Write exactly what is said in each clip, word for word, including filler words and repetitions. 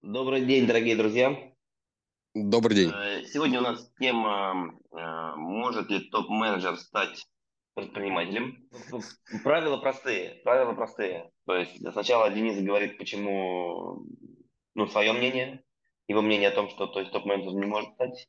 Добрый день, дорогие друзья. Добрый день. Э, Сегодня у нас тема, э, может ли топ-менеджер стать предпринимателем? П- Правила простые, правила простые. То есть сначала Денис говорит, почему, ну, свое мнение, его мнение о том, что то есть топ-менеджер не может стать.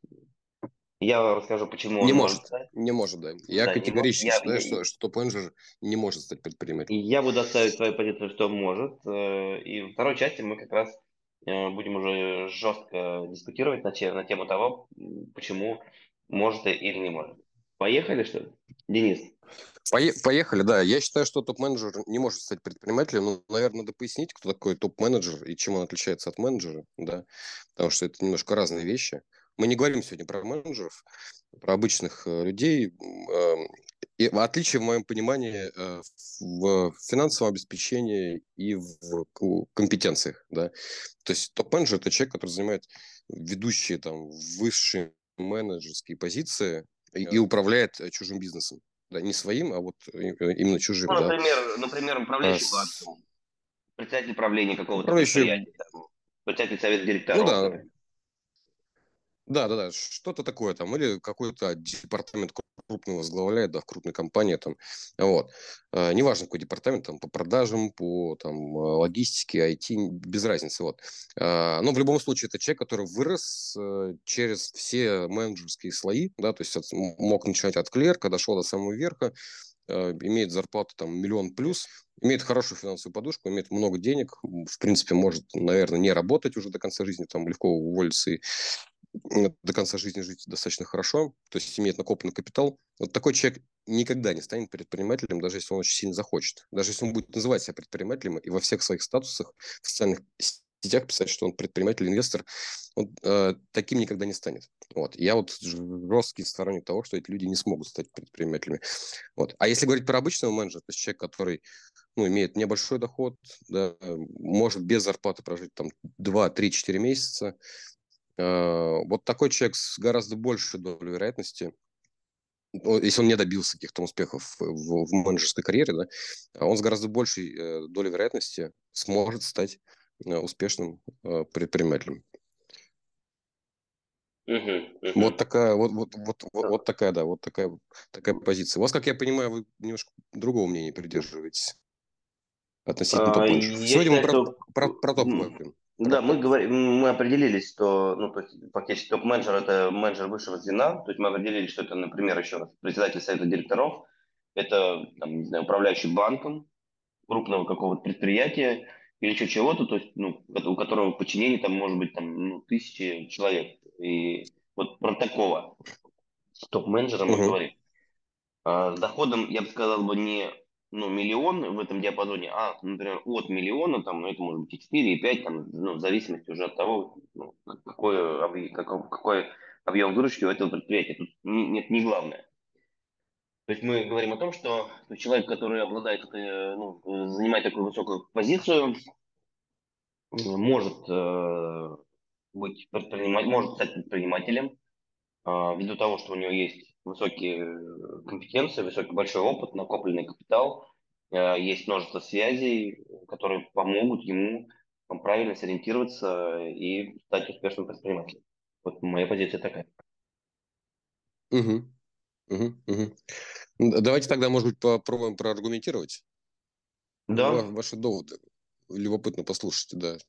Я расскажу, почему Не он может может. стать. Не может, да. Я Да, не может. категорически Я, считаю, я, что, что топ-менеджер не может стать И предпринимателем. я буду отставить свою позицию, что может. Э, И во второй части мы как раз э, будем уже жестко дискутировать на, те- на тему того, м, почему может или не может. Поехали, что ли? Денис. Пое- Поехали, да. Я считаю, что топ-менеджер не может стать предпринимателем. Ну, наверное, надо пояснить, кто такой топ-менеджер и чем он отличается от менеджера, да. Потому что это немножко разные вещи. Мы не говорим сегодня про менеджеров, про обычных э, людей. М, И отличие, в моем понимании, э, в финансовом обеспечении и в к- компетенциях, да. То есть топ-менеджер – это человек, который занимает ведущие там высшие менеджерские позиции и, и управляет э, чужим бизнесом. Да, не своим, а вот и- э, именно Ну, чужим, да. например, например, А, управляющий с- банком, председатель правления какого-то управляющий, предприятия, там, председатель совета ну директоров, да, например. да, да, да, что-то такое там, или какой-то департамент крупный возглавляет, да, в крупной компании там, вот. А, неважно, какой департамент, там, по продажам, по там, а, логистике, ай ти, без разницы, вот. А, но в любом случае это человек, который вырос э, через все менеджерские слои, да, то есть от- мог начинать от клерка, дошел до самого верха, э, имеет зарплату там миллион плюс, имеет хорошую финансовую подушку, имеет много денег, в принципе, может, наверное, не работать уже до конца жизни, там легко уволиться и э, до конца жизни жить достаточно хорошо, то есть имеет накопленный капитал. Вот такой человек никогда не станет предпринимателем, даже если он очень сильно захочет. Даже если он будет называть себя предпринимателем и во всех своих статусах в социальных сетях писать, что он предприниматель, инвестор, он э, таким никогда не станет. Вот. Я вот жесткий сторонник того, что эти люди не смогут стать предпринимателями. Вот. А если говорить про обычного менеджера, то есть человек, который ну, имеет небольшой доход, да, может без зарплаты прожить там два, три, четыре месяца, Э, вот такой человек с гораздо большей долей вероятности, ну, если он не добился каких-то успехов в, в менеджерской карьере, да, а он с гораздо большей э, долей вероятности сможет стать э, успешным э, предпринимателем. Мгм, Вот мгм. такая, вот, вот, вот, вот, вот такая, да, вот такая, такая позиция. У вас, как я понимаю, вы немножко другого мнения придерживаетесь относительно А, топ-менеджеров. Я Сегодня мы считаю, про, что про, про топ м, говорим. Про да, мы топ. говорим, мы определились, что, ну, то есть, фактически топ-менеджер это менеджер высшего звена, то есть мы определили, что это, например, еще раз, председатель совета директоров, это, там, не знаю, управляющий банком крупного какого-то предприятия или еще чего-то, то есть, ну, у которого в подчинении там может быть там, ну, тысячи человек. И вот про такого топ-менеджера мы Угу, говорим. А, с доходом, я бы сказал бы, не ну, миллион в этом диапазоне, а, например, от миллиона, там, ну, это может быть и четыре, и пять, там, ну, в зависимости уже от того, ну, какой, объ- какой, какой объем выручки у этого предприятия. Тут не- нет, не главное. То есть мы говорим о том, что человек, который обладает, э, ну, э, занимает такую высокую позицию, э, может э, быть предпринимателем, может стать предпринимателем, а, ввиду того, что у него есть высокие э, компетенции, высокий большой опыт, накопленный капитал, э, есть множество связей, которые помогут ему э, правильно сориентироваться и стать успешным предпринимателем. Вот моя позиция такая. угу, угу, угу. Давайте тогда, может быть, попробуем проаргументировать Да, ва- ваши доводы. Любопытно послушать, да.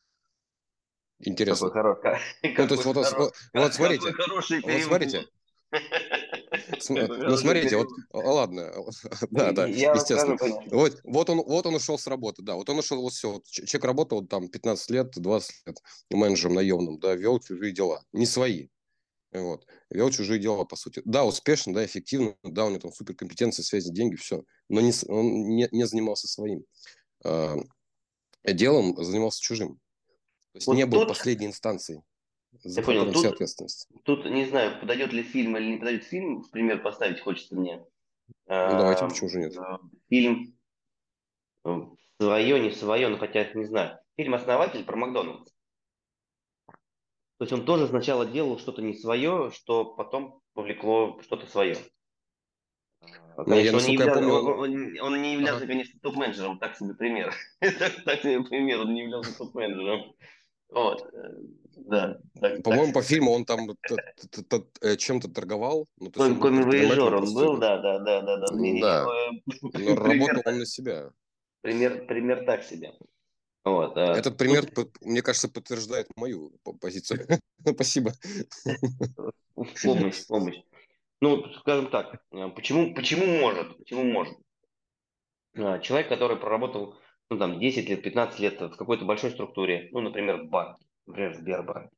какой Интересно. хороший, Ну, то есть, какой, вот, хоро- вот, вот какой смотрите, хороший вот перевод. смотрите, см- Какой ну, хороший смотрите, вот, перевод. а, ладно, да, да, Я естественно. расскажу, конечно. Вот, вот он, вот он ушел с работы, да, вот он ушел, вот все, вот ч- человек работал там пятнадцать лет, двадцать лет менеджером наемным, да, вел чужие дела, не свои, вот, вел чужие дела, по сути. Да, успешно, да, эффективно, да, у него там суперкомпетенции, связи, деньги, все, но не, с- он не, не занимался своим а, делом, занимался чужим. То есть не Вот был тут, последней инстанцией, я за понял, которым вся тут, ответственность. тут не знаю, подойдет ли фильм или не подойдет фильм, в пример поставить хочется мне. Ну, давайте, Э, почему же нет? Фильм э, свое, не свое, ну хотя не знаю. Фильм «Основатель» про Макдональдс. То есть он тоже сначала делал что-то не свое, что потом повлекло что-то свое. Не, я, Конечно, он не насколько я являлся, помню, он, он... он- он не являлся, Ага. конечно, топ-менеджером, так себе пример. Так так себе пример, он не являлся топ-менеджером. Вот, э, да, так, так По-моему, по себе. фильму он там т- т- т- э, чем-то торговал, ну, то есть он Коми- был Комивояжер предпринимателем он просто, был, да, да, да, да, да. Не-не-не, да, но э, пример, работал он так- на себя. пример, пример так себе. Вот, а, Этот пример, тут п- мне кажется, подтверждает мою п- позицию. Спасибо. в помощь, в помощь. Ну, скажем так, э, почему, почему может, почему может? А, Человек, который проработал, ну, там, десять лет, пятнадцать лет в какой-то большой структуре, ну, например, в банке, например, в Сбербанке,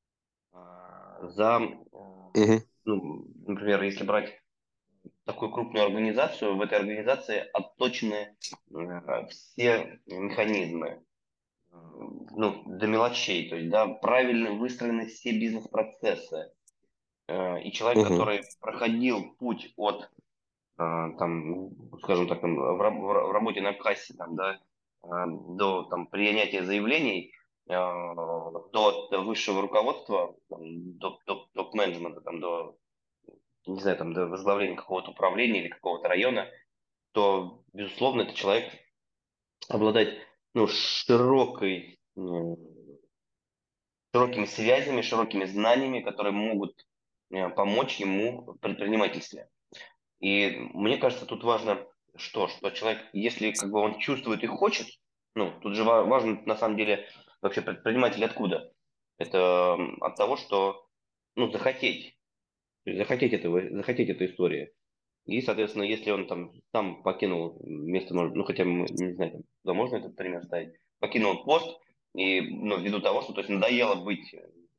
а, за, э, Мгм, ну, например, если брать такую крупную организацию, в этой организации отточены э, все механизмы, э, ну, до мелочей, то есть, да, правильно выстроены все бизнес-процессы. Э, И человек, мгм. который проходил путь от а, там, ну, скажем так, там, в, раб- в ра- в работе на кассе, там, да, а, до там, принятия заявлений, а, до, до высшего руководства, там, до топ- топ-менеджмента, там, до, не знаю, там, до возглавления какого-то управления или какого-то района, то, безусловно, этот человек обладает, ну, широкой, м, широкими связями, широкими знаниями, которые могут э, помочь ему в предпринимательстве. И мне кажется, тут важно что, что человек, если как бы он чувствует и хочет, ну, тут же ва- важно на самом деле вообще предприниматель откуда? Это м, от того, что, ну, захотеть, то есть захотеть этого, захотеть этой истории. И, соответственно, если он там сам покинул место, может, ну, хотя бы, мы не знаю, там, куда можно этот пример ставить, покинул пост, и, ну, ввиду того, что, то есть, надоело быть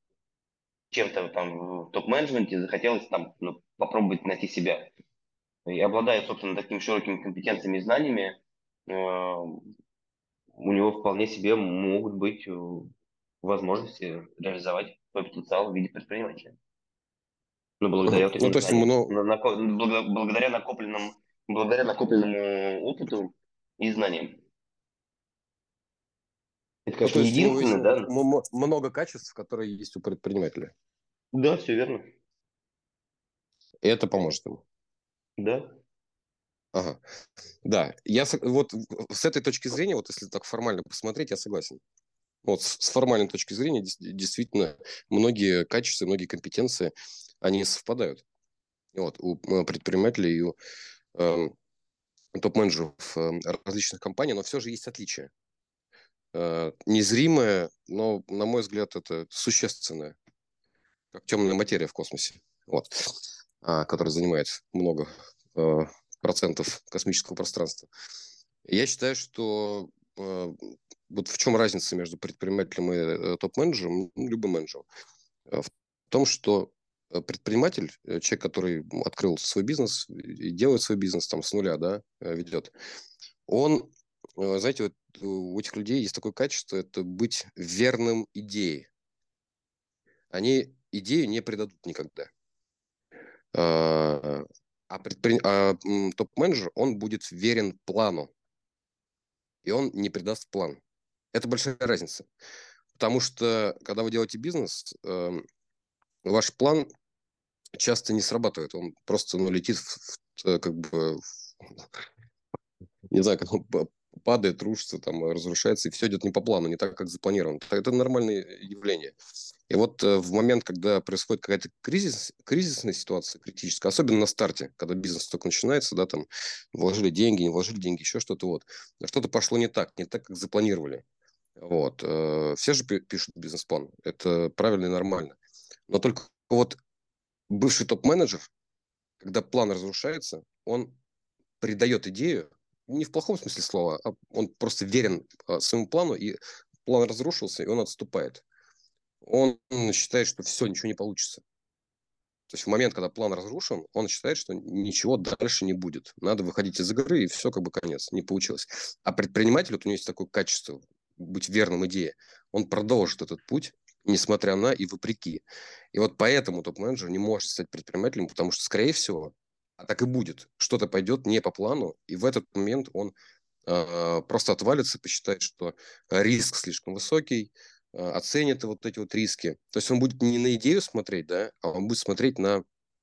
чем-то там в топ-менеджменте, захотелось там, ну, попробовать найти себя и обладая, собственно, такими широкими компетенциями и знаниями, э, у него вполне себе могут быть э, возможности реализовать свой потенциал в виде предпринимателя. Ну, благодаря Мгм. вот Ну, этим то есть, знаниям. мно- На- нако- благо- благодаря накопленному, благодаря накопленному опыту и знаниям. Это, ну, конечно, то не есть у него есть единственное, м- да? м- много качеств, которые есть у предпринимателя. Да, все верно. И это поможет ему. Да. Ага. Да, я с- вот в- с этой точки зрения, вот если так формально посмотреть, я согласен. Вот с с формальной точки зрения дес- действительно многие качества, многие компетенции, они совпадают. Вот, у э, предпринимателей и у эм, топ-менеджеров эм, различных компаний, но все же есть отличия. Э, незримое, но, на мой взгляд, это существенное, как темная материя в космосе, вот, а, которая занимает много э, процентов космического пространства. Я считаю, что э, вот в чем разница между предпринимателем и э, топ-менеджером, ну, любым менеджером, э, в том, что э, предприниматель, э, человек, который открыл свой бизнес и делает свой бизнес там с нуля, да, э, ведет, он, э, знаете, вот у этих людей есть такое качество, это быть верным идее. Они идею не предадут никогда. А, а предпри- а, м, топ-менеджер, он будет верен плану, и он не предаст план. Это большая разница. Потому что, когда вы делаете бизнес, эм, ваш план часто не срабатывает. Он просто ну, летит в, в, э, как бы, в- не знаю, как он па- падает, рушится, там, разрушается, и все идет не по плану, не так, как запланировано. Это нормальное явление. И вот э, в момент, когда происходит какая-то кризис, кризисная ситуация, критическая, особенно на старте, когда бизнес только начинается, да, там, вложили деньги, не вложили деньги, еще что-то вот, что-то пошло не так, не так, как запланировали. Вот. э, Все же пи- пишут бизнес-план. Это правильно и нормально. Но только вот бывший топ-менеджер, когда план разрушается, он придает идею, не в плохом смысле слова, а он просто верен а, своему плану, и план разрушился, и он отступает. Он считает, что все, ничего не получится. То есть в момент, когда план разрушен, он считает, что ничего дальше не будет. Надо выходить из игры, и все, как бы конец. Не получилось. А предприниматель, вот у него есть такое качество, быть верным идее. Он продолжит этот путь, несмотря на и вопреки. И вот поэтому топ-менеджер не может стать предпринимателем, потому что, скорее всего, а так и будет, что-то пойдет не по плану, и в этот момент он э, просто отвалится, посчитает, что риск слишком высокий, э, оценит вот эти вот риски. То есть он будет не на идею смотреть, да, а он будет смотреть на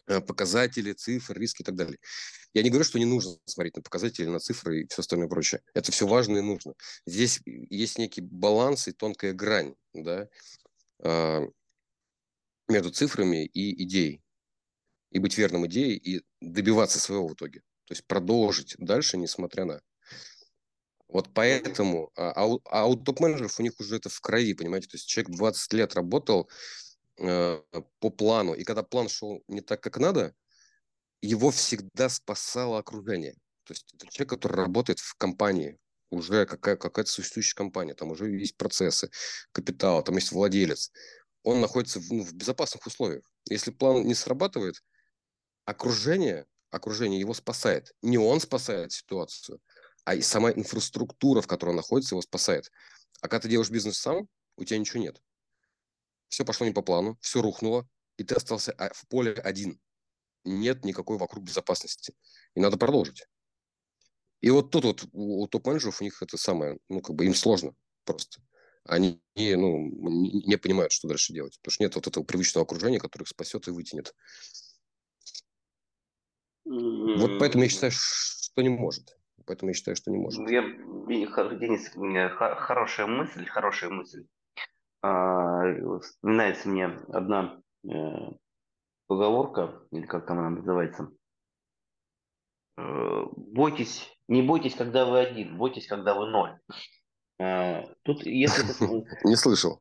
э, показатели, цифры, риски и так далее. Я не говорю, что не нужно смотреть на показатели, на цифры и все остальное прочее. Это все важно и нужно. Здесь есть некий баланс и тонкая грань, да, а, между цифрами и идеей. И быть верным идее, и добиваться своего в итоге. То есть продолжить дальше, несмотря на... Вот Мгм. поэтому... А, а у, а у топ-менеджеров у них уже это в крови, понимаете? То есть человек двадцать лет работал э, по плану, и когда план шел не так, как надо, его всегда спасало окружение. То есть это человек, который работает в компании, уже какая, какая-то существующая компания, там уже есть процессы, капитал, там есть владелец. Он находится в, ну, в безопасных условиях. Если план не срабатывает, окружение, окружение его спасает. Не он спасает ситуацию, а и сама инфраструктура, в которой он находится, его спасает. А когда ты делаешь бизнес сам, у тебя ничего нет. Все пошло не по плану, все рухнуло, и ты остался в поле один. Нет никакой вокруг безопасности. И надо продолжить. И вот тут вот у, у топ-менеджеров у них это самое, ну, как бы им сложно просто. Они ну, не, не понимают, что дальше делать. Потому что нет вот этого привычного окружения, которое их спасет и вытянет. Вот поэтому я М, считаю, что не может. Поэтому я считаю, что не может. Я, и хо- Денис, у меня х- хорошая мысль, хорошая мысль. А, вспоминается мне одна э, поговорка, или как там она называется. Э, бойтесь, не бойтесь, когда вы один, бойтесь, когда вы ноль. А, тут, если ты см- Не слышал.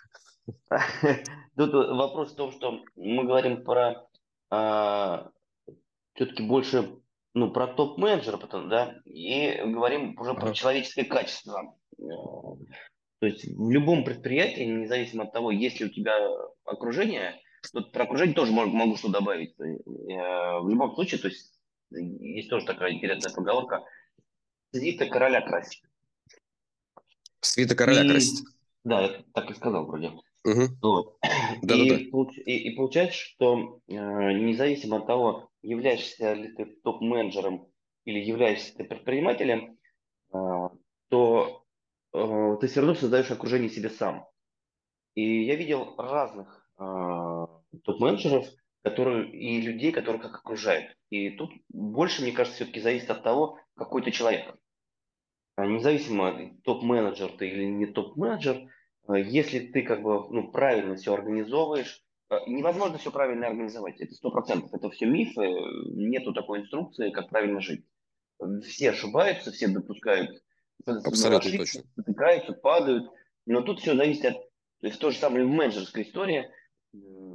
Тут вопрос в том, что мы говорим про все-таки больше ну, про топ-менеджера потом, да, и говорим уже про Ага. человеческое качество. Э, То есть в любом предприятии, независимо от того, есть ли у тебя окружение, тут про окружение тоже могу, могу что добавить. Э, В любом случае, то есть есть тоже такая интересная поговорка, свита короля красит. Свита короля И красит. да, я так и сказал вроде. Угу. Вот. Да-да-да. И, получ- и, и получается, что э, независимо от того, являешься ли ты топ-менеджером или являешься ты предпринимателем, э, то э, ты все равно создаешь окружение себе сам. И я видел разных э, топ-менеджеров, которые и людей, которых как окружают. И тут больше, мне кажется, все-таки зависит от того, какой ты человек. А независимо, топ-менеджер ты или не топ-менеджер, э, если ты как бы ну, правильно все организовываешь, э, невозможно все правильно организовать, это сто процентов, это все мифы, э, нету такой инструкции, как правильно жить. Все ошибаются, все допускают ну, Абсолютно ошибки, точно. спотыкаются, падают, но тут все зависит от, то есть то же самое в менеджерской истории, э,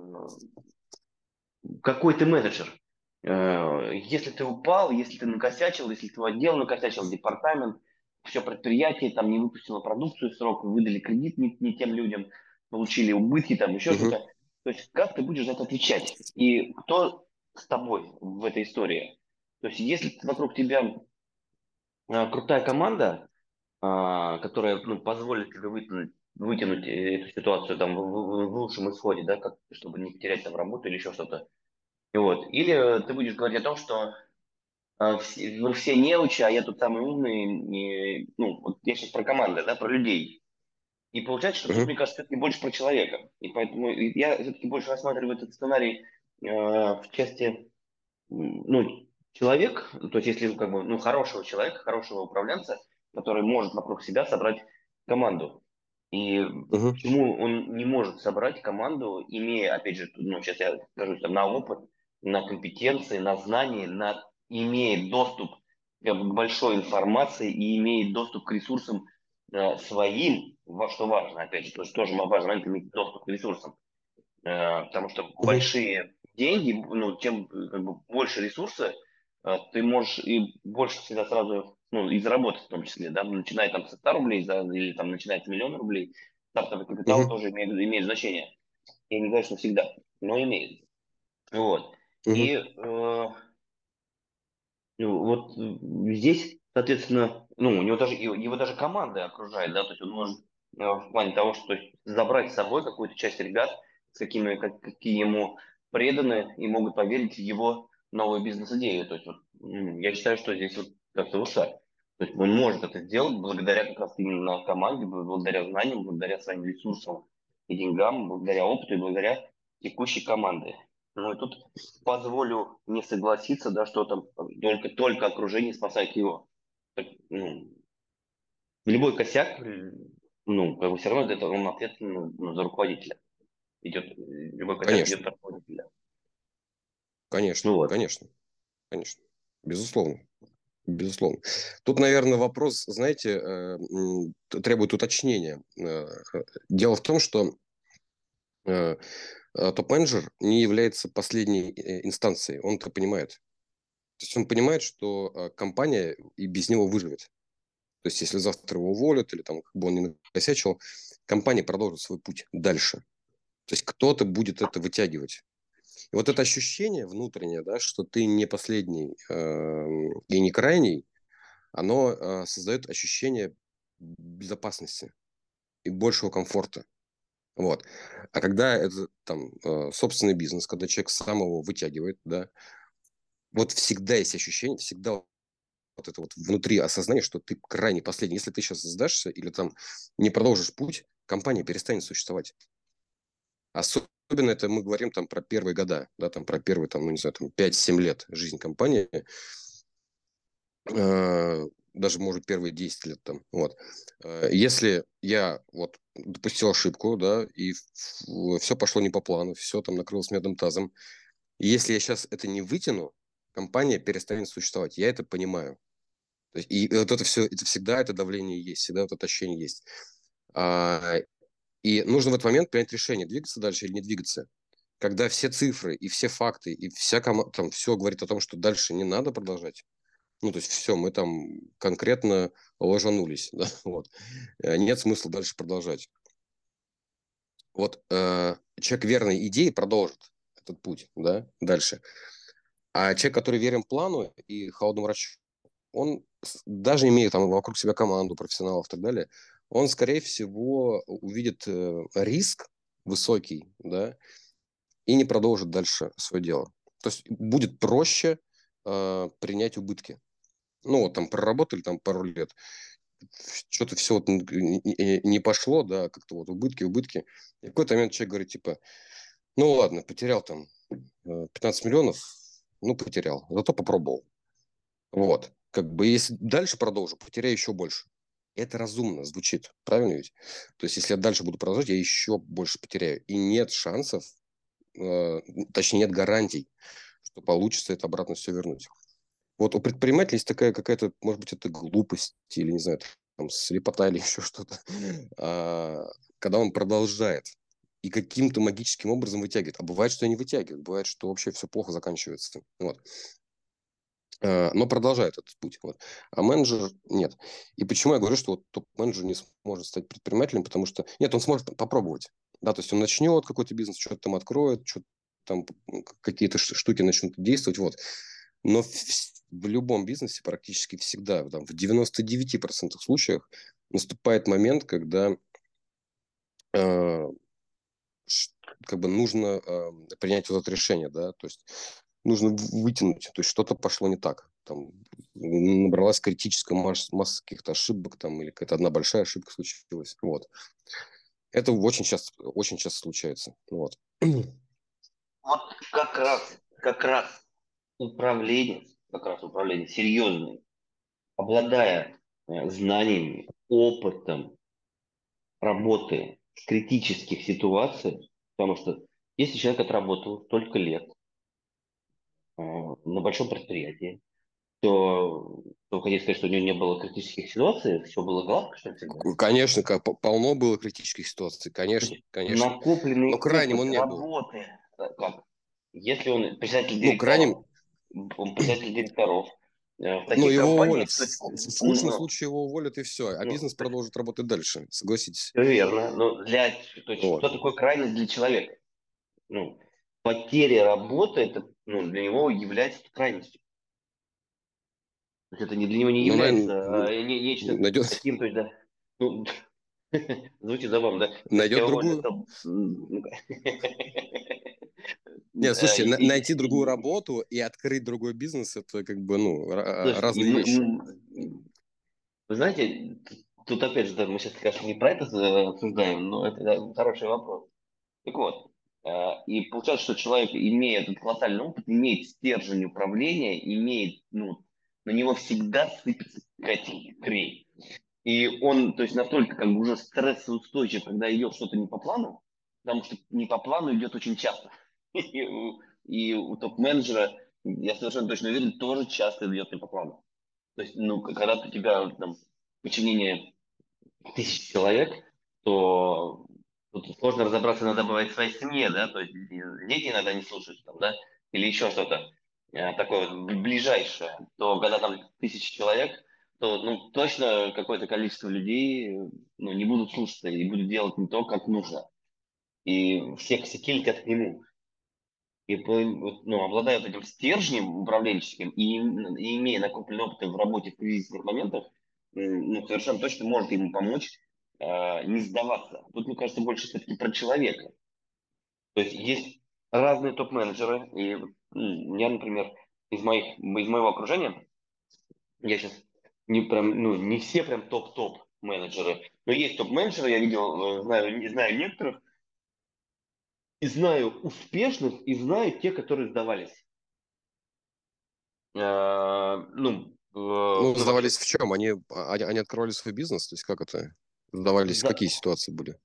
какой ты менеджер. Э, Если ты упал, если ты накосячил, если твой отдел накосячил, департамент, все предприятие там не выпустило продукцию в срок, выдали кредит не, не тем людям, получили убытки, там еще Угу. что-то. То есть как ты будешь за это отвечать? И кто с тобой в этой истории? То есть если вокруг тебя э, крутая команда, а, которая ну, позволит тебе вытянуть, вытянуть э, эту ситуацию там, в, в- в лучшем исходе, да, как, чтобы не потерять там работу или еще что-то, и вот. Или ты будешь говорить о том, что а, все, вы все неучи, а я тут самый умный. И, ну, вот я сейчас про команды, да, про людей. И получается, что тут, Угу. мне кажется, все-таки больше про человека. И поэтому я все-таки больше рассматриваю этот сценарий э, в части, м, ну, человек, то есть если как бы, ну, хорошего человека, хорошего управленца, который может вокруг себя собрать команду. И Угу. почему он не может собрать команду, имея, опять же, ну, сейчас я скажу, там, на опыт, на компетенции, на знания, на, имея доступ как бы, к большой информации и имеет доступ к ресурсам э, своим, во что важно, опять же, то есть тоже важно момент иметь доступ к ресурсам. Э, потому что Угу. большие деньги, ну, тем э, как бы, больше ресурсы, э, ты можешь и больше всегда сразу, ну, и заработать в том числе, да, начиная там со ста рублей за, или там начиная с миллиона рублей, стартовый капитал Угу. тоже имеет, имеет значение. Я не говорю, что всегда, но имеет. Вот. Угу. И э, ну, вот э, здесь, соответственно, ну, у него даже, его, его даже команда окружает, да, то есть он может э, в плане того, что то есть, забрать с собой какую-то часть ребят, с какими, как, какие ему преданы и могут поверить в его новую бизнес-идею. То есть вот, м, я считаю, что здесь вот как-то вот так. То есть он может это сделать благодаря как раз именно команде, благодаря знаниям, благодаря своим ресурсам и деньгам, благодаря опыту и благодаря текущей команде. Ну и тут позволю не согласиться, да, что там только, только окружение спасает его. Так, ну, любой косяк, ну, как бы все равно это он ответственен, ну, за руководителя. Идет, э, любой косяк идет Конечно, от руководителя. конечно, Ну вот. конечно, конечно. Безусловно. Безусловно. Тут, наверное, вопрос, знаете, э, м, требует уточнения. Э, Дело в том, что э, э, топ-менеджер не является последней э, инстанцией. Он это понимает. То есть он понимает, что э, компания и без него выживет. То есть если завтра его уволят или там как бы он не накосячил, компания продолжит свой путь дальше. То есть кто-то будет это вытягивать. И вот это ощущение внутреннее, да, что ты не последний э, и не крайний, оно э, создает ощущение безопасности и большего комфорта. Вот. А когда это там э, собственный бизнес, когда человек сам его вытягивает, да, вот всегда есть ощущение, всегда вот это вот внутри осознание, что ты крайне последний. Если ты сейчас сдашься или там не продолжишь путь, компания перестанет существовать. Особенно это мы говорим там про первые года, да, там про первые, там, ну, не знаю, там пять-семь лет жизни компании, э, даже, может, первые десять лет там, вот. Э, Если я вот допустил ошибку, да, и все пошло не по плану, все там накрылось медным тазом, и если я сейчас это не вытяну, компания перестанет существовать. Я это понимаю. То есть, и вот это все, это всегда это давление есть, всегда вот это ощущение есть. А, и нужно в этот момент принять решение, двигаться дальше или не двигаться. Когда все цифры и все факты и вся кома- там все говорит о том, что дальше не надо продолжать, ну, то есть все, мы там конкретно ложанулись, да, вот. Э, Нет смысла дальше продолжать. Вот э, человек верной идеи продолжит этот путь, да, дальше. А человек, который верен плану и холодному расчету, он с- даже имея там вокруг себя команду профессионалов и так далее, он, скорее всего, увидит э, риск высокий, да, и не продолжит дальше свое дело. То есть будет проще э, принять убытки. Ну, вот там проработали там пару лет, что-то все вот не, не пошло, да, как-то вот убытки, убытки. И в какой-то момент человек говорит, типа, ну ладно, потерял там э, пятнадцать миллионов, ну потерял, зато попробовал. Вот. Как бы если дальше продолжу, потеряю еще больше. Это разумно звучит, правильно ведь? То есть, если я дальше буду продолжать, я еще больше потеряю. И нет шансов, э, точнее, нет гарантий, что получится это обратно все вернуть. Вот у предпринимателя есть такая какая-то, может быть, это глупость или, не знаю, там, слепота или еще что-то, а, когда он продолжает и каким-то магическим образом вытягивает. А бывает, что и не вытягивает, бывает, что вообще все плохо заканчивается. Вот. А, но продолжает этот путь. Вот. А менеджер нет. И почему я говорю, что вот топ-менеджер не сможет стать предпринимателем, потому что... Нет, он сможет попробовать. Да, то есть он начнет какой-то бизнес, что-то там откроет, что-то там какие-то штуки начнут действовать. Вот. Но в, в любом бизнесе практически всегда, там, в девяноста девяти процентах случаев наступает момент, когда э, как бы нужно э, принять вот это решение, да, то есть нужно вытянуть, то есть что-то пошло не так, там набралась критическая масса, масса каких-то ошибок, там, или какая-то одна большая ошибка случилась, вот. Это очень часто, очень часто случается, вот. Вот как раз, как раз управление, как раз управление серьезное, обладая э, знаниями, опытом работы в критических ситуациях, потому что если человек отработал столько лет э, на большом предприятии, то, то хотите сказать, что у него не было критических ситуаций, все было гладко, что ли, всегда? Конечно, как полно было критических ситуаций, То конечно, есть конечно, но накопленный крайним опыт он не был. работы, э, как? Если он председатель Ну, крайним, директоров, он председатель директоров, э, в ну, таких его компаниях, уволят, то есть, в, в худшем ну, случае его уволят и все, а ну, бизнес то есть, продолжит работать дальше, согласитесь. всё верно, но для, то есть, Вот. что такое крайность для человека? Ну, потеря работы, это, ну, для него является крайностью. То есть это не, для него не Ну, является наверное, а, не- нечто найдет, таким, то есть, да, ну, звучит забавно, да? То есть найдет я уволен, другую. стал, м, ну, Нет, э, слушайте, на- и- найти и- другую и- работу и открыть другой бизнес, это как бы, ну, ра- слушайте, и разные мы, вещи. м, вы знаете, т- тут опять же, да, мы сейчас, конечно, не про это э, обсуждаем, но это да, хороший вопрос. Так вот, Э, И получается, что человек, имея этот колоссальный опыт, имеет стержень управления, имеет, ну, на него всегда сыпется какая-то хрень. И он, то есть, настолько как бы уже стрессоустойчив, когда идет что-то не по плану, потому что не по плану идет очень часто. И у, и у топ-менеджера, я совершенно точно уверен, тоже часто идет не по плану. То есть, ну, к- когда у тебя там подчинение тысяч человек, то тут сложно разобраться, иногда бывает в своей семье, да, то есть дети иногда не слушают, там, да, или еще что-то э, такое вот ближайшее, то когда там тысячи человек, то, ну, точно какое-то количество людей, э, ну, не будут слушаться и будут делать не то, как нужно. И все косяки летят к нему. И, по- вот, ну, обладая вот этим стержнем управленческим и, и имея накопленный опыт в работе в кризисных моментах, м, ну, совершенно точно может ему помочь э, не сдаваться. Тут, мне кажется, больше все-таки про человека. То есть есть разные топ-менеджеры. И м, я, например, из моих, из моего окружения, я сейчас не прям, ну, не все прям топ-топ менеджеры, но есть топ-менеджеры, я видел, э, знаю, не знаю некоторых, и знаю успешных, и знаю те, которые сдавались. Э, ну, э, Ну, ну, вообще, сдавались в чем? Они, а, они, они открывали свой бизнес? То есть как это? Сдавались? сда- Какие ситуации были?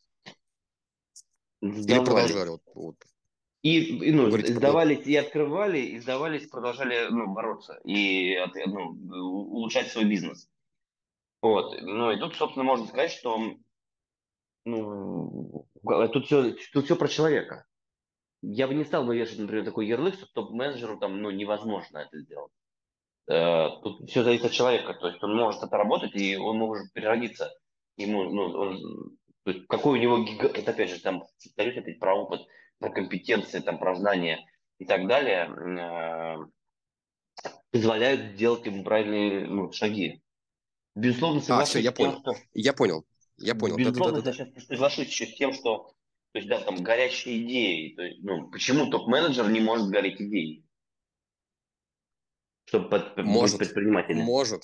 Или сдавались. продолжали? Вот, вот. И, и, Вы ну, говорите, продолжали. сдавались и открывали, и сдавались, продолжали, ну, бороться и от- ну, улучшать свой бизнес. Вот. Ну, и тут, собственно, можно сказать, что ну, тут все, тут все про человека. Я бы не стал бы вешать, например, такой ярлык, что топ-менеджеру там, ну, невозможно это сделать. Э, Тут все зависит от человека. То есть он может это работать, и он может переродиться. Ему, ну, он, то есть какой у него гига... Это опять же, там, повторюсь, опять про опыт, про компетенции, там, про знания и так далее, э, позволяют делать ему правильные, ну, шаги. Безусловно, А, все, соглашусь я с тем, понял. что... Я понял. Я понял. Безусловно, Да-да-да-да-да. сейчас соглашусь еще с тем, что... То есть, да, там, горящие идеи. То есть, ну, почему топ-менеджер не может гореть идеей, чтобы под- быть Может. предпринимателем? Может.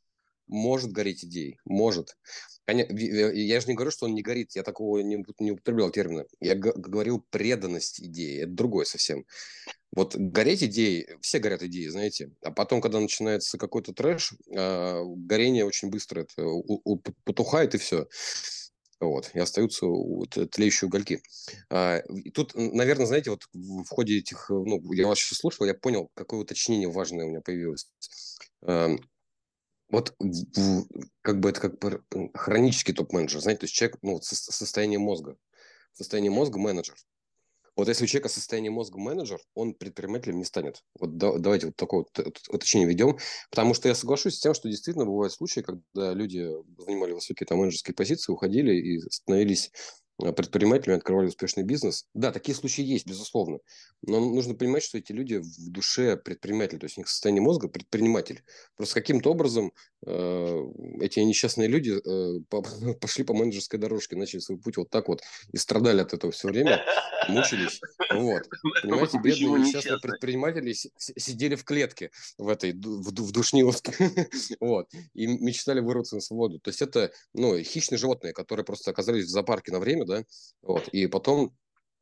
Может гореть идеей, может. Коня- ви- э, Я же не говорю, что он не горит, я такого не, уп- не употреблял термина. Я г- говорил преданность идеи, это другое совсем. Вот гореть идеей, все горят идеей, знаете, а потом, когда начинается какой-то трэш, а, горение очень быстро это у- у- потухает и все. Вот, и остаются вот тлеющие угольки. А, и тут, наверное, знаете, вот в в ходе этих, э, ну, я вас сейчас слушал, я понял, какое уточнение важное у меня появилось. Эм, вот в- как бы это как бы хронический топ-менеджер, знаете, то есть человек, ну, вот со- состояние мозга. Состояние мозга менеджер. Вот если у человека состояние мозга менеджер, он предпринимателем не станет. Вот да- давайте вот такое вот ут- уточнение ведем. Потому что я соглашусь с тем, что действительно бывают случаи, когда люди занимали высокие там менеджерские позиции, уходили и становились э, предпринимателями, открывали успешный бизнес. Да, такие случаи есть, безусловно. Но нужно понимать, что эти люди в душе предприниматели, то есть у них состояние мозга предприниматель. Просто каким-то образом э, эти несчастные люди э, по- пошли по менеджерской дорожке, начали свой путь вот так вот и страдали от этого все время мучились. Вот. Понимаете, бедные Почему несчастные нечестно? предприниматели с- с- сидели в клетке в этой, ду- в, ду- в душниловке, вот, и мечтали вырваться на свободу. То есть это, ну, хищные животные, которые просто оказались в зоопарке на время, да, вот, и потом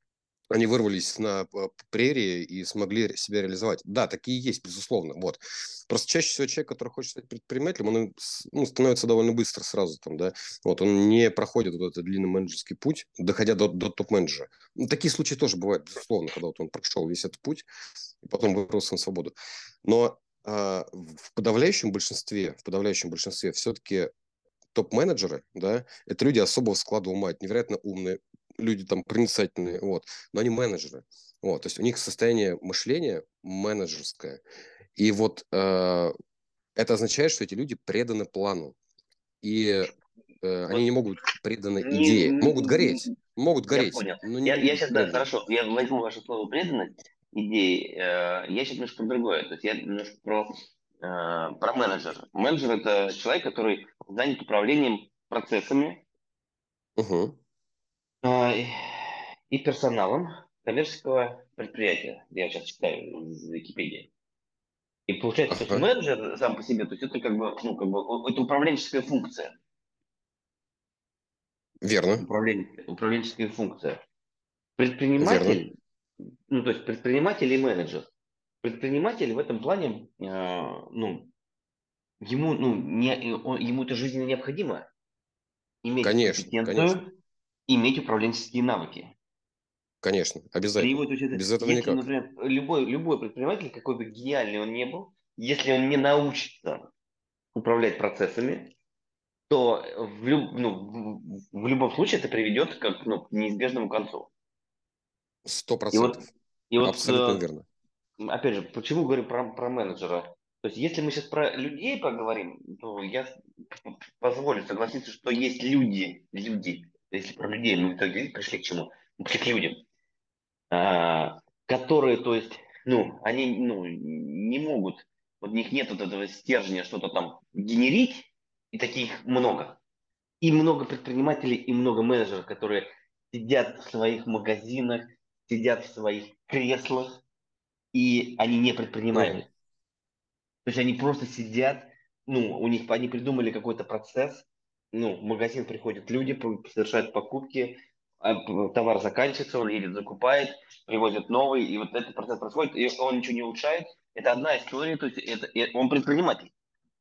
они вырвались на п- прерии и смогли себя реализовать. Да, такие есть, безусловно. Вот. Просто чаще всего человек, который хочет стать предпринимателем, он с- ну, становится довольно быстро сразу там, да. Вот, он не проходит вот этот длинный менеджерский путь, доходя до, до топ-менеджера. Ну, такие случаи тоже бывают, безусловно, когда вот он прошел весь этот путь и потом вырвался на свободу. Но а, в подавляющем большинстве, в подавляющем большинстве все-таки топ-менеджеры, да, это люди особого склада ума, это невероятно умные люди, там, проницательные, вот, но они менеджеры, вот, то есть у них состояние мышления менеджерское, и вот э, это означает, что эти люди преданы плану, и э, они Вот не могут быть преданы не, идее, могут не- гореть, могут я гореть, понял. но не Я, могут я быть сейчас, да, преданы. хорошо, я возьму ваше слово преданность идеи. Э, я сейчас немножко про другое. То есть я немножко про, э, про менеджера. Менеджер – это человек, который занят управлением процессами Угу. э, и и персоналом коммерческого предприятия. Я сейчас читаю из Википедии. И получается, то есть Ага, менеджер сам по себе, то есть это как бы, ну, как бы, о- это управленческая функция. верно. Управление, управленческая функция. Верно. Предприниматель, ну, то есть предприниматель и менеджер. Предприниматель в этом плане, э, ну, ему, ну, не, он- ему это жизненно необходимо иметь Конечно, конечно, компетенцию, иметь управленческие навыки. конечно, При обязательно. вот учете- Без этого если, никак. например, любой, любой предприниматель, какой бы гениальный он ни был, если он не научится управлять процессами, то в, люб- ну, в, в любом случае это приведет как, ну, к неизбежному концу. Сто И вот, процентов. и вот Абсолютно э, верно. опять же, почему говорю про, про менеджера? То есть, если мы сейчас про людей поговорим, то я с- позволю согласиться, что есть люди, люди, если про людей мы в итоге пришли к чему? Мы пришли к людям, а, которые, то есть, ну, они, ну, не могут, вот у них нет вот этого стержня что-то там генерить, и таких много. И много предпринимателей, и много менеджеров, которые сидят в своих магазинах, сидят в своих креслах, и они не Мгм. предпринимают. То есть они просто сидят, ну, у них они придумали какой-то процесс, ну, в магазин приходят люди, п- совершают покупки, а, п- товар заканчивается, он едет, закупает, привозят новый, и вот этот процесс происходит, и он ничего не улучшает. Это одна история, то есть это, э, он предприниматель.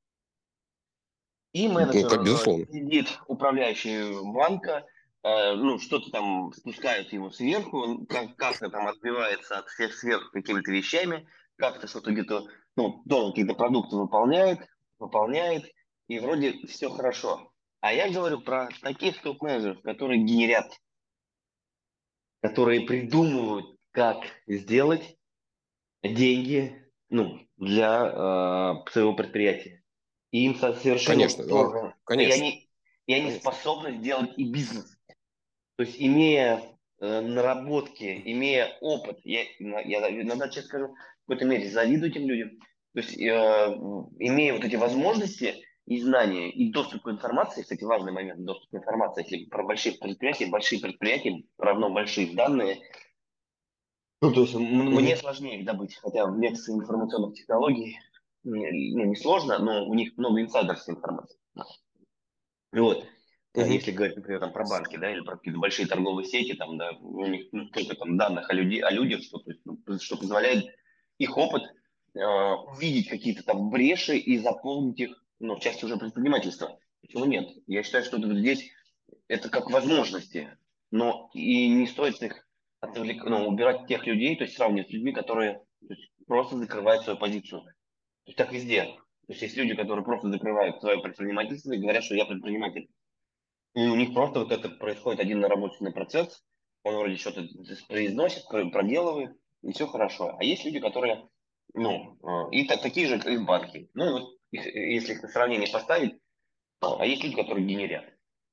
И Ну, менеджер как э, безусловно. сидит, управляющий банка, э, ну, что-то там спускают ему сверху, он как- как-то там отбивается от всех сверху какими-то вещами, как-то что-то где-то, ну, должен какие-то продукты выполняет, выполняет, и вроде все хорошо. А я говорю про таких топ-менеджеров, которые генерят, которые придумывают, как сделать деньги, ну, для э, своего предприятия. И им со- совершенно Конечно, вот э, тоже, и конечно, они, и они конечно. способны сделать и бизнес. То есть, имея э, наработки, имея опыт, я, я иногда, честно скажу, в какой-то мере завидую этим людям. То есть, э, имея вот эти возможности и знания, и доступ к информации, кстати, важный момент, доступ к информации, если про большие предприятия, большие предприятия равно большие данные. Ну, то есть, м- мне Мгм. сложнее их добыть, хотя в лекции информационных технологий не, ну, не сложно, но у них много инсайдерской информации. Вот. А Мгм. если говорить, например, там, про банки, да, или про какие-то большие торговые сети, там, да, у них ну, столько там данных о, люди, о людях, что, то есть, ну, что позволяет их опыт э, увидеть какие-то там бреши и заполнить их, ну, в части уже предпринимательства. Почему нет? Я считаю, что вот здесь это как возможности, но и не стоит их отвлек- ну, убирать тех людей, то есть сравнивать с людьми, которые то есть, просто закрывают свою позицию. То есть так везде. То есть есть люди, которые просто закрывают свое предпринимательство и говорят, что я предприниматель. И у них просто вот это происходит один наработанный процесс, он вроде что-то произносит, про- проделывает, и все хорошо. А есть люди, которые, ну, э, и так, такие же, как и в банке. Ну, и вот их- если их на сравнение поставить, а есть люди, которые генерят.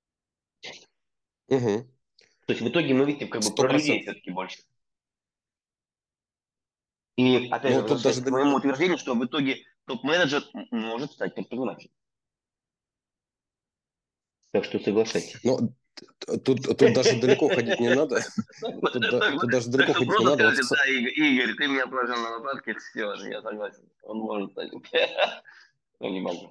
Мгм. То есть в итоге мы видим как бы Сто про людей процентов. все-таки больше. И опять же, Ну, тут возвращаясь даже к твоему далеко. утверждению, что в итоге топ-менеджер м- может стать предпринимателем. Так что соглашайтесь. Но т- тут, тут даже далеко ходить не надо. Тут, да- тут даже Так далеко что ходить не просто надо. Вот скажите, с- да, Игорь, Игорь, ты меня положил на лопатки, все, я согласен. Он может стать. Я не могу.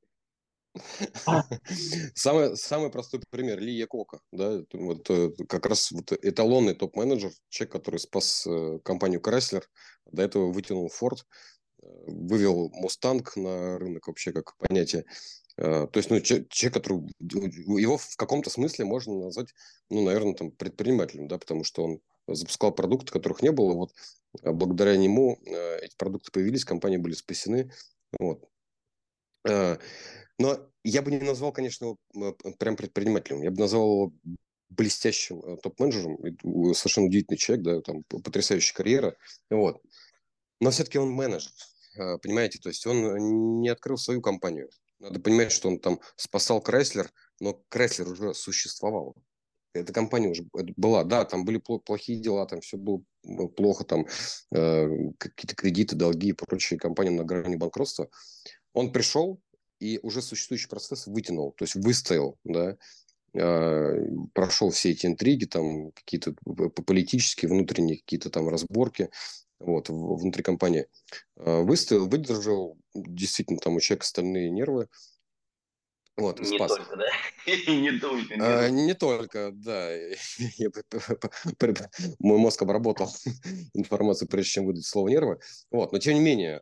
самый, самый простой пример Лия Кока, да, вот э, как раз вот эталонный топ-менеджер, человек, который спас э, компанию Chrysler, до этого вытянул Ford, э, вывел Мустанг на рынок вообще как понятие. Э, То есть, ну, че- человек, который его в каком-то смысле можно назвать, ну, наверное, там предпринимателем, да, потому что он запускал продукты, которых не было. Вот э, благодаря нему э, эти продукты появились, компании были спасены. Вот. Э, Но я бы не назвал, конечно, его э, прям предпринимателем. Я бы назвал его блестящим э, топ-менеджером. И, э, Совершенно удивительный человек, да, там потрясающая карьера. Вот. Но все-таки он менеджер, э, понимаете, то есть он не открыл свою компанию. Надо понимать, что он там спасал Крайслер, но Крайслер уже существовал. Эта компания уже была, да, там были плохие дела, там все было плохо, там э, какие-то кредиты, долги и прочие, компании на грани банкротства. Он пришел и уже существующий процесс вытянул, то есть выстоял, да, э, прошел все эти интриги, там какие-то политические, внутренние какие-то там разборки, вот, внутри компании. Э, Выстоял, выдержал, действительно, там у человека стальные нервы, Вот, и Не спас. только, да? И не только, не А, только. не только, да. Я п- п- п- п- Мой мозг обработал информацию, прежде чем выдать слово нервы. Вот, но тем не менее,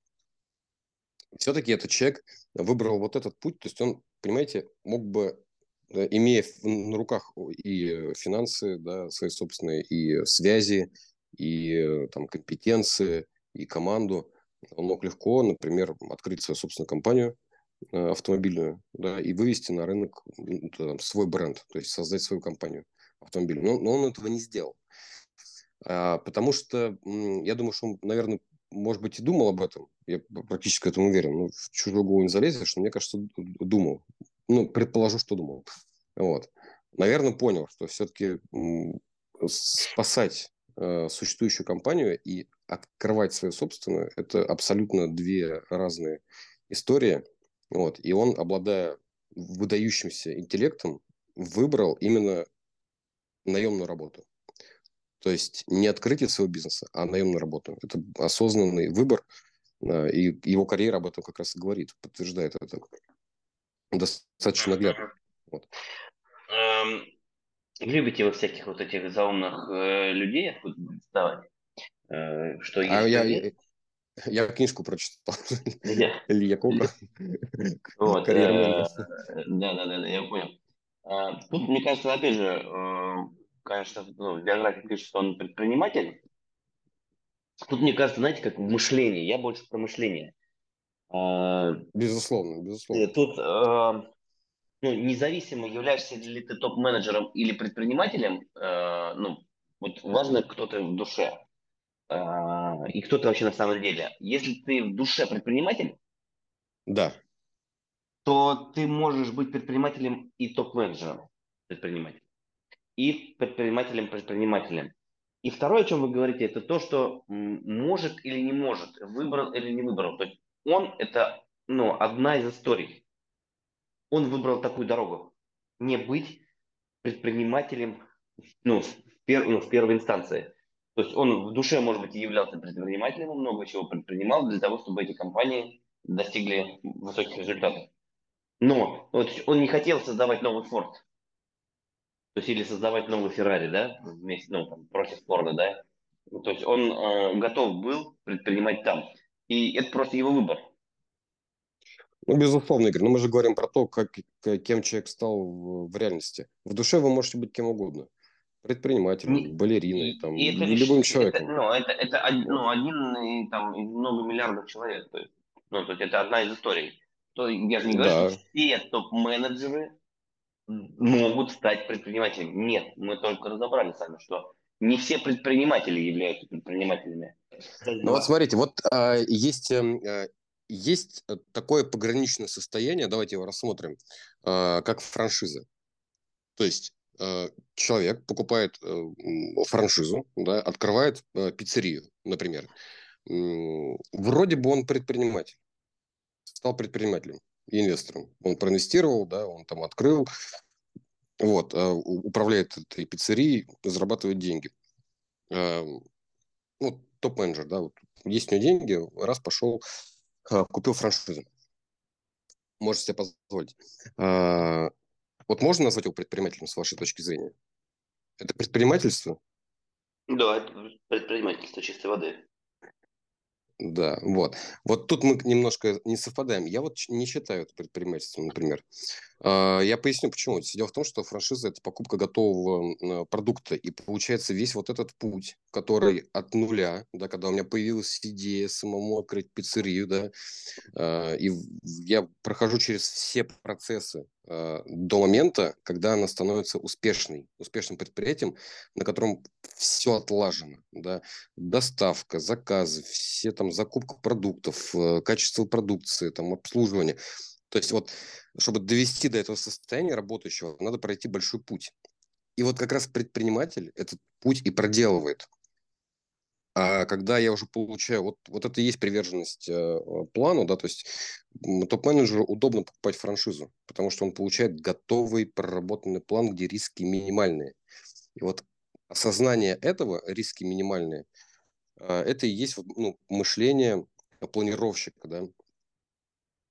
все-таки этот человек выбрал вот этот путь, то есть он, понимаете, мог бы, э, имея в- на руках и э, финансы, да, свои собственные, и связи, и э, там компетенции, и команду, он мог легко, например, открыть свою собственную компанию э, автомобильную, да, и вывести на рынок м, там, свой бренд, то есть создать свою компанию автомобильную. Но, но он этого не сделал. А, потому что м, я думаю, что он, наверное, может быть, и думал об этом. Я практически в этом уверен. Ну, в чужую голову не залезешь, но мне кажется, д- думал. Ну, предположу, что думал. Вот. Наверное, понял, что все-таки спасать э, существующую компанию и открывать свою собственную – это абсолютно две разные истории. Вот. И он, обладая выдающимся интеллектом, выбрал именно наемную работу. То есть не открытие своего бизнеса, а наемную работу. Это осознанный выбор, э, и его карьера об этом как раз и говорит, подтверждает это достаточно наглядно. Мгм. Вот. Эм, Любите вы всяких вот этих заумных э, людей откуда доставать? Э, что А есть, что я, нет? я, я книжку прочитал. Я- Илья Кока, Вот, «Карьера э, менеджера». да, да, да, да, я понял. А, тут, мне кажется, опять же, э, конечно, ну, в биографии пишет, что он предприниматель. Тут, мне кажется, знаете, как в мышлении. Я больше про мышление. А, Безусловно, э, безусловно. Тут, э, ну, независимо, являешься ли ты топ-менеджером или предпринимателем, э, ну, вот важно, кто ты в душе. А, и кто ты вообще на самом деле. Если ты в душе предприниматель, Да. то ты можешь быть предпринимателем и топ-менеджером предпринимателя. И предпринимателем-предпринимателем. И второе, о чем вы говорите, это то, что м, может или не может, выбрал или не выбрал. То есть он это, ну, одна из историй. Он выбрал такую дорогу. Не быть предпринимателем, ну, в, пер- ну, в первой инстанции. То есть он в душе, может быть, и являлся предпринимателем, он много чего предпринимал для того, чтобы эти компании достигли высоких результатов. Но вот он не хотел создавать новый Форд, то есть или создавать новый Феррари, да, вместе, ну, там, против Форда, да. Ну, то есть он э, готов был предпринимать там. И это просто его выбор. Ну, безусловно, Игорь. Но мы же говорим про то, как, к- кем человек стал в, в реальности. В душе вы можете быть кем угодно. Не- Предпринимателем, балериной, и, и там, это любым лишь, это, человеком. ну, это, это од- ну, Вот. один и, там, из много миллиардов человек. То есть, ну, то есть это одна из историй. То я же не говорю, что Да. все топ-менеджеры могут стать предпринимателями. Нет, мы только разобрали сами, что не все предприниматели являются предпринимателями. Часть Ну вот два. смотрите, вот а, есть, эм, э, есть э, такое пограничное состояние, давайте его рассмотрим, а, как франшиза. То есть э, человек покупает э, м, франшизу, да, открывает э, пиццерию, например. М, Вроде бы он предприниматель, стал предпринимателем и инвестором. Он проинвестировал, да, он там открыл, вот, а, у- управляет этой пиццерией, зарабатывает деньги. А, Ну, топ-менеджер, да, вот есть у него деньги, раз пошел, а, купил франшизу. Может себе позволить. А, вот можно назвать его предпринимателем с вашей точки зрения? Это предпринимательство? Да, это предпринимательство чистой воды. Да, вот. Вот тут мы немножко не совпадаем. Я вот ч- не считаю это предпринимательством, например. А, Я поясню, почему. Дело в том, что франшиза – это покупка готового м, продукта. И получается весь вот этот путь, который от нуля, да, когда у меня появилась идея самому открыть пиццерию, да, а, и в- я прохожу через все процессы а, до момента, когда она становится успешной, успешным предприятием, на котором все отлажено, да, доставка, заказы, все там закупка продуктов, э, качество продукции, там обслуживание. То есть вот, чтобы довести до этого состояния работающего, надо пройти большой путь. И вот как раз предприниматель этот путь и проделывает. А когда я уже получаю, вот, вот это и есть приверженность э, плану, да, то есть м, топ-менеджеру удобно покупать франшизу, потому что он получает готовый проработанный план, где риски минимальные. И вот осознание этого, риски минимальные, э, это и есть вот, ну, мышление планировщика, да.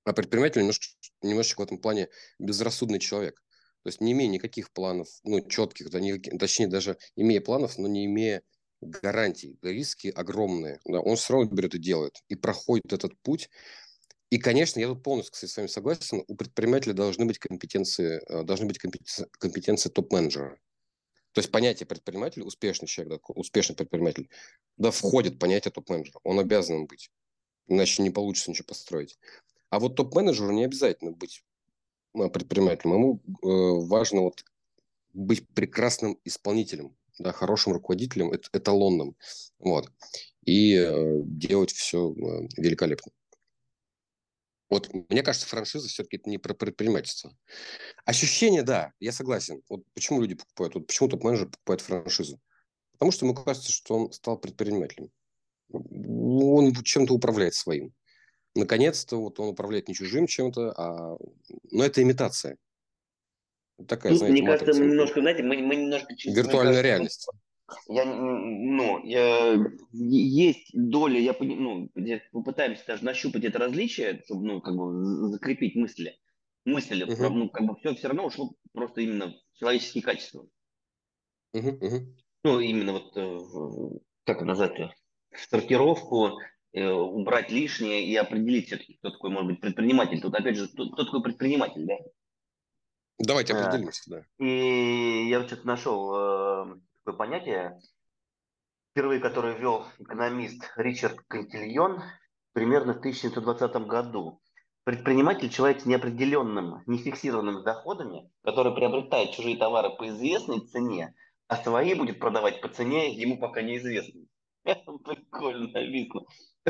А предприниматель немножко, немножечко в этом плане безрассудный человек. То есть не имея никаких планов, ну, четких, да, никаких, точнее, даже имея планов, но не имея гарантий, риски огромные. Да, он все равно берет и делает, и проходит этот путь. И, конечно, я тут полностью, кстати, с вами согласен, у предпринимателя должны быть компетенции, э, должны быть компетенции, компетенции топ-менеджера. То есть понятие предприниматель, успешный человек, да, успешный предприниматель, да, входит в понятие топ-менеджера. Он обязан им быть, иначе не получится ничего построить. А вот топ-менеджеру не обязательно быть э, предпринимателем. Ему э, важно вот быть прекрасным исполнителем, да, хорошим руководителем, эт- эталонным. Вот. И э, делать все э, великолепно. Вот мне кажется, франшиза все-таки это не про предпринимательство. Ощущение, да, я согласен. Вот почему люди покупают, вот почему топ-менеджер покупает франшизу? Потому что ему кажется, что он стал предпринимателем. Он чем-то управляет своим. Наконец-то вот он управляет не чужим чем-то, а... но это имитация. Такая, Ну, мне знаете, кажется, мы матрица. немножко, знаете, мы, мы немножко, чуть- мне Виртуальная кажется, реальность. я, ну, я, есть доля, я пони- ну, где попытаемся даже нащупать это различие, чтобы, ну, как бы з- закрепить мысли. Мысли, про- Угу, ну, как бы все все равно ушло просто именно в человеческие качества. угу, угу. Ну, именно вот, э, в- как это назвать-то, сортировку, э, убрать лишнее и определить все-таки, кто такой может быть предприниматель. Тут, опять же, кто, кто такой предприниматель, да? Давайте А, определимся, да. И я вот что-то нашел э, такое понятие, впервые которое ввел экономист Ричард Кантильон примерно в тысяча девятьсот двадцатом году. Предприниматель – человек с неопределенным, нефиксированными доходами, который приобретает чужие товары по известной цене, а свои будет продавать по цене ему пока неизвестной. Прикольно написано.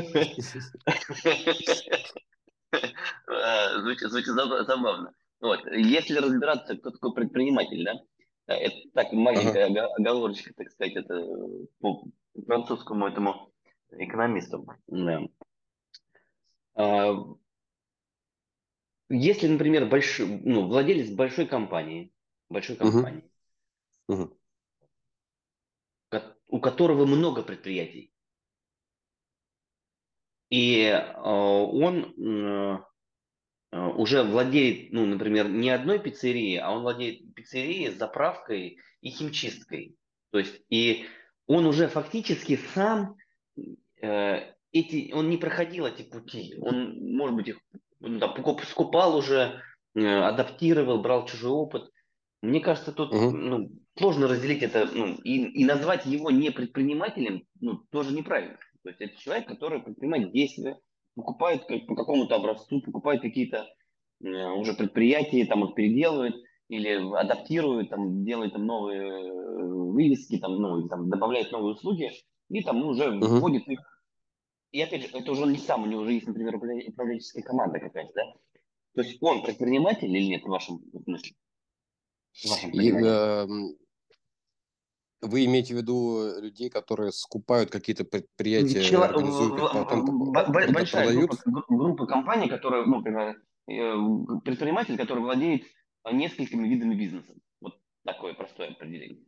А, Звучит, звучит заб- забавно. Вот. Если разбираться, кто такой предприниматель, да, э, это так, Ага. маленькая ога- оговорочка, так сказать, это э, по французскому этому экономисту. Да. А, Если, например, большой, ну, владелец большой компании, большой Угу, компании, угу, ко- у которого много предприятий, и э, он м, э, уже владеет, ну, например, не одной пиццерией, а он владеет пиццерией, заправкой и химчисткой. То есть, и он уже фактически сам э, эти, он не проходил эти пути. Он, может быть, их ну, да, покуп- скупал уже, э, адаптировал, брал чужой опыт. Мне кажется, тут угу, ну, сложно разделить это, ну, и, и назвать его не предпринимателем, ну, тоже неправильно. То есть это человек, который предпринимает действия, покупает как, по какому-то образцу, покупает какие-то э, уже предприятия, там их переделывает или адаптирует, там, делает там новые э, вывески, там, ну, или, там, добавляет новые услуги, и там ну, уже угу. вводит их. И опять же, это уже он не сам, у него уже есть, например, управля- управленческая команда какая-то, да? То есть он предприниматель или нет, в вашем смысле, в вашем И, понимании? э, вы имеете в виду людей, которые скупают какие-то предприятия и Чело- организуют их, потом в- поп- в- б- прода- большая группа, продают? гру- группа компаний, которая, ну, например, э, предприниматель, который владеет несколькими видами бизнеса. Вот такое простое определение.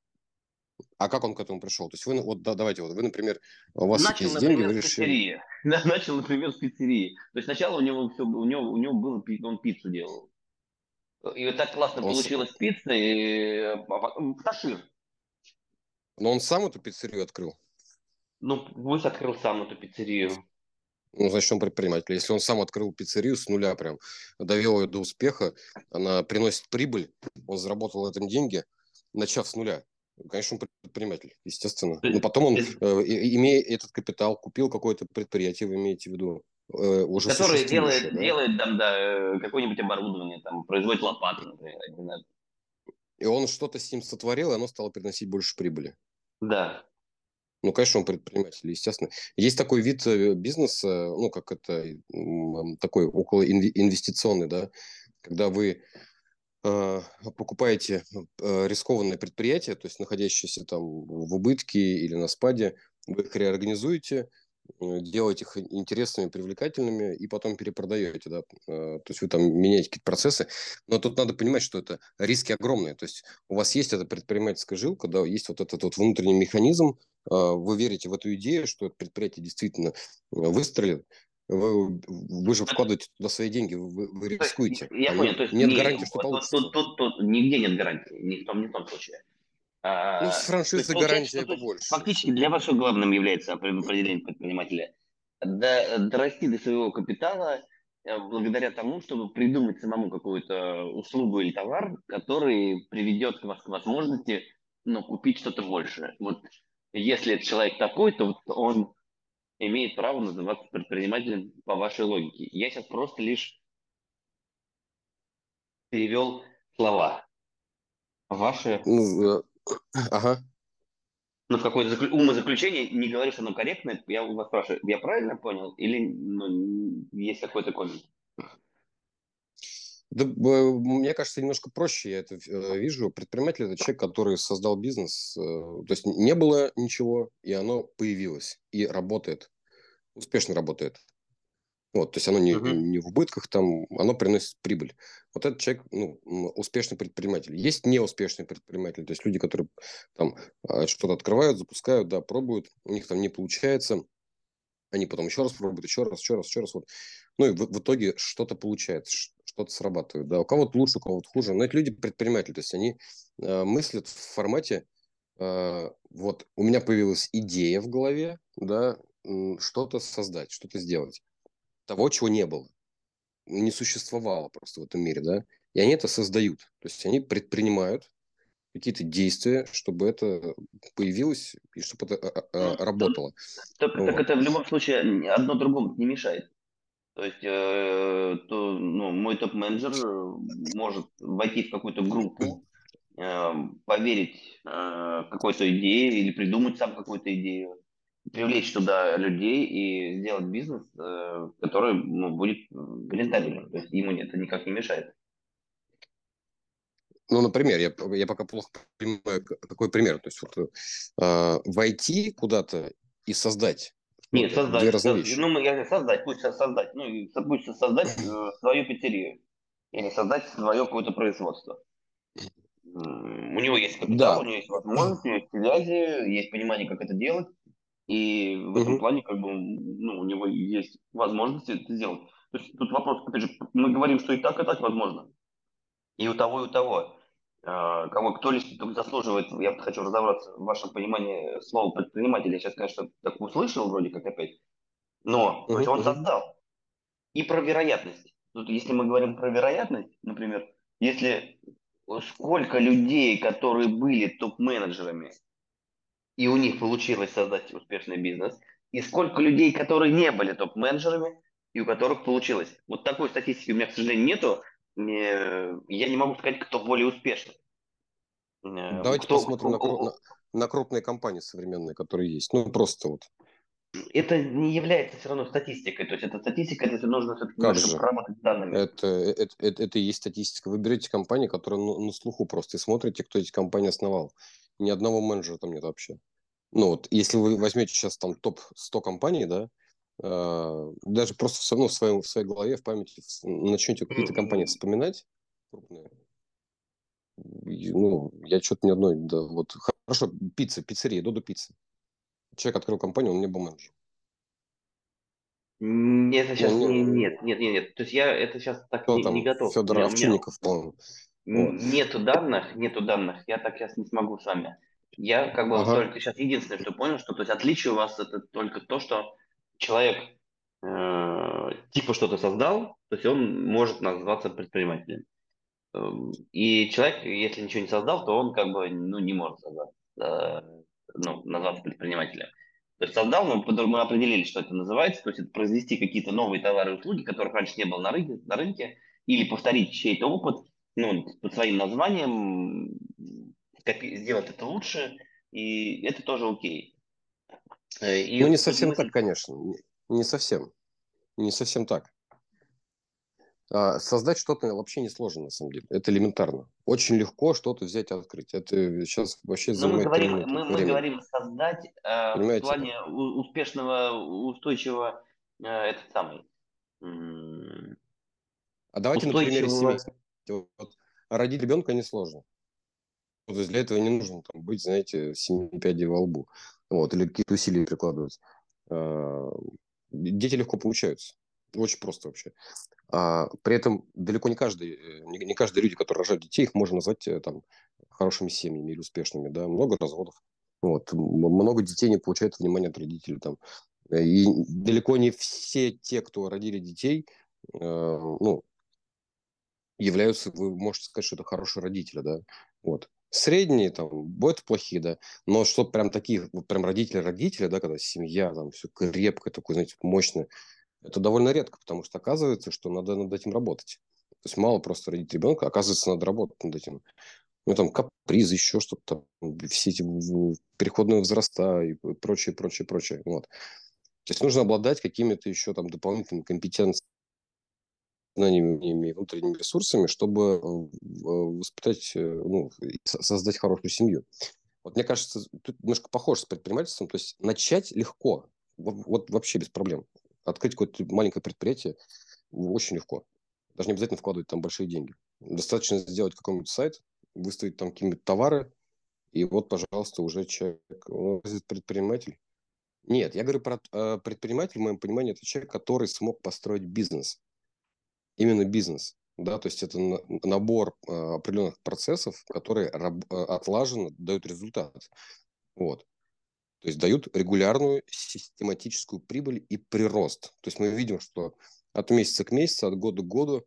А как он к этому пришел? То есть вы, вот да, давайте, вот вы, например, у вас Начал, есть деньги, например, вы с решили, пиццерии. Да, начал, например, с пиццерии. То есть сначала у него все, у него, у него было, пи- он пиццу делал. И вот так классно он, с- получилась пицца, и э, Пташир. но он сам эту пиццерию открыл? Ну, пусть открыл сам эту пиццерию. Ну, значит, он предприниматель. Если он сам открыл пиццерию с нуля прям, довел ее до успеха, она приносит прибыль, он заработал на этом деньги, начав с нуля. Конечно, он предприниматель, естественно. То Но есть, потом он, то есть, э, и- имея этот капитал, купил какое-то предприятие, вы имеете в виду, э, уже который существующее, делает, да? делает там, да, э, какое-нибудь оборудование, там, производит лопаты, например. Я не знаю. И он что-то с ним сотворил, и оно стало приносить больше прибыли. Да. Ну, конечно, он предприниматель, естественно. Есть такой вид э, бизнеса, ну, как это, м, такой около инве- инвестиционный, да, когда вы э, покупаете э, рискованное предприятие, то есть находящееся там в убытке или на спаде, вы их реорганизуете, э, делаете их интересными, привлекательными и потом перепродаете, да, Э, то есть вы там меняете какие-то процессы, но тут надо понимать, что это риски огромные, то есть у вас есть эта предпринимательская жилка, да, есть вот этот вот внутренний механизм, э, вы верите в эту идею, что это предприятие действительно э, выстрелит, Вы, вы же вкладываете туда свои деньги, вы, вы То есть, рискуете. я А понял, не, то есть нет не, гарантии, что тут, тут, получится. тут, тут нигде нет гарантии, ни в том, ни в том случае. Ну, с А, то есть франшизой получается, что гарантия то есть, побольше фактически всегда. для вас что главным является опре- определение предпринимателя? До- дорасти до своего капитала э, благодаря тому, чтобы придумать самому какую-то услугу или товар, который приведет вас к возможности, ну, купить что-то большее. Вот если этот человек такой, то вот он имеет право называться предпринимателем по вашей логике. Я сейчас просто лишь перевел слова ваши, Ну, э, ага. ну, в какое-то заклю- умозаключение, не говорю, что оно корректное, я у вас спрашиваю, я правильно понял или ну, есть какой-то коммент? Да, б- мне кажется, немножко проще я это э, вижу. Предприниматель – это человек, который создал бизнес. э, То есть не было ничего, и оно появилось, и работает, успешно работает. Вот, то есть оно не, Мгм. не в убытках, там, оно приносит прибыль. Вот этот человек, ну, м, успешный предприниматель. Есть неуспешные предприниматели, то есть люди, которые там а, что-то открывают, запускают, да, пробуют, у них там не получается, они потом еще раз пробуют, еще раз, еще раз, еще раз. Вот. Ну и в, в итоге что-то получается, ш- что-то срабатывает. Да. У кого-то лучше, у кого-то хуже. Но это люди предприниматели, то есть они э, мыслят в формате, э, вот у меня появилась идея в голове, да, м, что-то создать, что-то сделать. Того, чего не было, не существовало просто в этом мире, да. И они это создают. То есть они предпринимают какие-то действия, чтобы это появилось и чтобы это а, а, Ну, а, тут- работало. так, так Вот. это в любом случае одно другому не мешает. То есть э, то, ну, мой топ-менеджер э, может войти в какую-то группу, э, поверить э, в какой-то идее или придумать сам какую-то идею, привлечь туда людей и сделать бизнес, э, который ну, будет э, рентабельным. То есть ему это никак не мешает. Ну, например, я, я пока плохо понимаю, к- какой пример. То есть вот э, войти куда-то и создать Нет, что-то – это две создать. разные Соз- вещи. Ну, мы- я говорю, создать, пусть со- создать. Ну, и со- пусть создать э, свою пиццерию или создать свое какое-то производство. М, У него есть капитал, у Да. него есть возможности, у него есть связи, есть понимание, как это делать. И в этом Мгм. плане, как бы, ну, у него есть возможности это сделать. То есть тут вопрос, опять же, мы говорим, что и так, и так возможно. И у того, и у того. А, Кого, кто лишь только заслуживает, я вот хочу разобраться в вашем понимании слова предприниматель. Я сейчас, конечно, так услышал вроде как опять. Но, то есть Мгм. он Мгм. создал. И про вероятность. Тут, если мы говорим про вероятность, например, если сколько людей, которые были топ-менеджерами, и у них получилось создать успешный бизнес, и сколько людей, которые не были топ-менеджерами, и у которых получилось. Вот такой статистики у меня, к сожалению, нету. Э, Я не могу сказать, кто более успешный. Э, Давайте Кто, посмотрим на, кру- на, кто- на крупные компании современные, которые есть. Ну, просто вот Это не является все равно статистикой. То есть это статистика, это нужно все-таки как немножко же. поработать с данными. Это, это, это, это и есть статистика. Вы берете компании, которые на, на слуху просто, и смотрите, кто эти компании основал. Ни одного менеджера там нет вообще. Ну вот, если вы возьмете сейчас там топ сто компаний, да, э, даже просто в, ну, в, своем, в своей голове, в памяти в- начнете какие-то компании вспоминать крупные, и, ну, я что-то ни одной, да, вот, хорошо, пицца, пиццерия, Додо пицца. Человек открыл компанию, он не был менеджером. М, Это Ну, сейчас не, не, нет, нет, нет, нет. То есть я это сейчас так кто не, не там, готов. У Федор меня, у меня Овчинников, по-моему. Вот. н- нету данных, нету данных. Я так сейчас не смогу с вами. Я как бы вот Ага. только сейчас единственное, что понял, что то есть отличие у вас это только то, что человек э, типа что-то создал, то есть он может назваться предпринимателем. Эм, И человек, если ничего не создал, то он как бы ну, не может создать, э, ну, назваться предпринимателем. То есть создал, мы, под- мы определили, что это называется, то есть это произвести какие-то новые товары и услуги, которых раньше не было на рынке, на рынке или повторить чей-то опыт, ну, под своим названием, копи- сделать это лучше, и это тоже окей. Э, И Ну, не то есть совсем так, мысль, конечно. Не не совсем. Не совсем так. А, создать что-то вообще несложно, на самом деле. Это элементарно. Очень легко что-то взять и открыть. Это сейчас вообще но мы занимает три говорим, минуты мы, мы времени. говорим создать э, в Понимаете? плане у- успешного, устойчивого, э, этот самый, м, А давайте на примере семей. устойчивого. Смотрите, вот родить ребенка несложно. Вот, то есть для этого не нужно там, быть, знаете, семи пядей во лбу. Вот, или какие-то усилия прикладывать. А, дети легко получаются. Очень просто вообще. А, при этом далеко не каждый, э, не, не каждые люди, которые рожают детей, их можно назвать э, там хорошими семьями или успешными, да, много разводов. Вот. М- Много детей не получают внимания от родителей там. Э, И далеко не все те, кто родили детей, э, ну, являются, вы можете сказать, что это хорошие родители, да. Вот. Средние, там, бывают плохие, да, но что прям таких, вот прям родители-родители, да, когда семья, там, все крепкое, такое, знаете, мощное, это довольно редко, потому что оказывается, что надо над этим работать. То есть мало просто родить ребенка, оказывается, надо работать над этим. Ну, там, капризы, еще что-то, там, все эти в- в- переходные возраста и прочее, прочее, прочее. Вот. То есть нужно обладать какими-то еще там дополнительными компетенциями, знаниями и внутренними ресурсами, чтобы э, воспитать, э, ну, и со- создать хорошую семью. Вот мне кажется, тут немножко похоже с предпринимательством. То есть начать легко, вот, вот вообще без проблем. Открыть какое-то маленькое предприятие очень легко. Даже не обязательно вкладывать там большие деньги. Достаточно сделать какой-нибудь сайт, выставить там какие-нибудь товары, и вот, пожалуйста, уже человек, он предприниматель. Нет, я говорю про э, предприниматель, в моем понимании, это человек, который смог построить бизнес. Именно бизнес. Да, то есть это на- набор э, определенных процессов, которые раб- э, отлаженно дают результат. Вот. То есть дают регулярную систематическую прибыль и прирост. То есть мы видим, что от месяца к месяцу, от года к году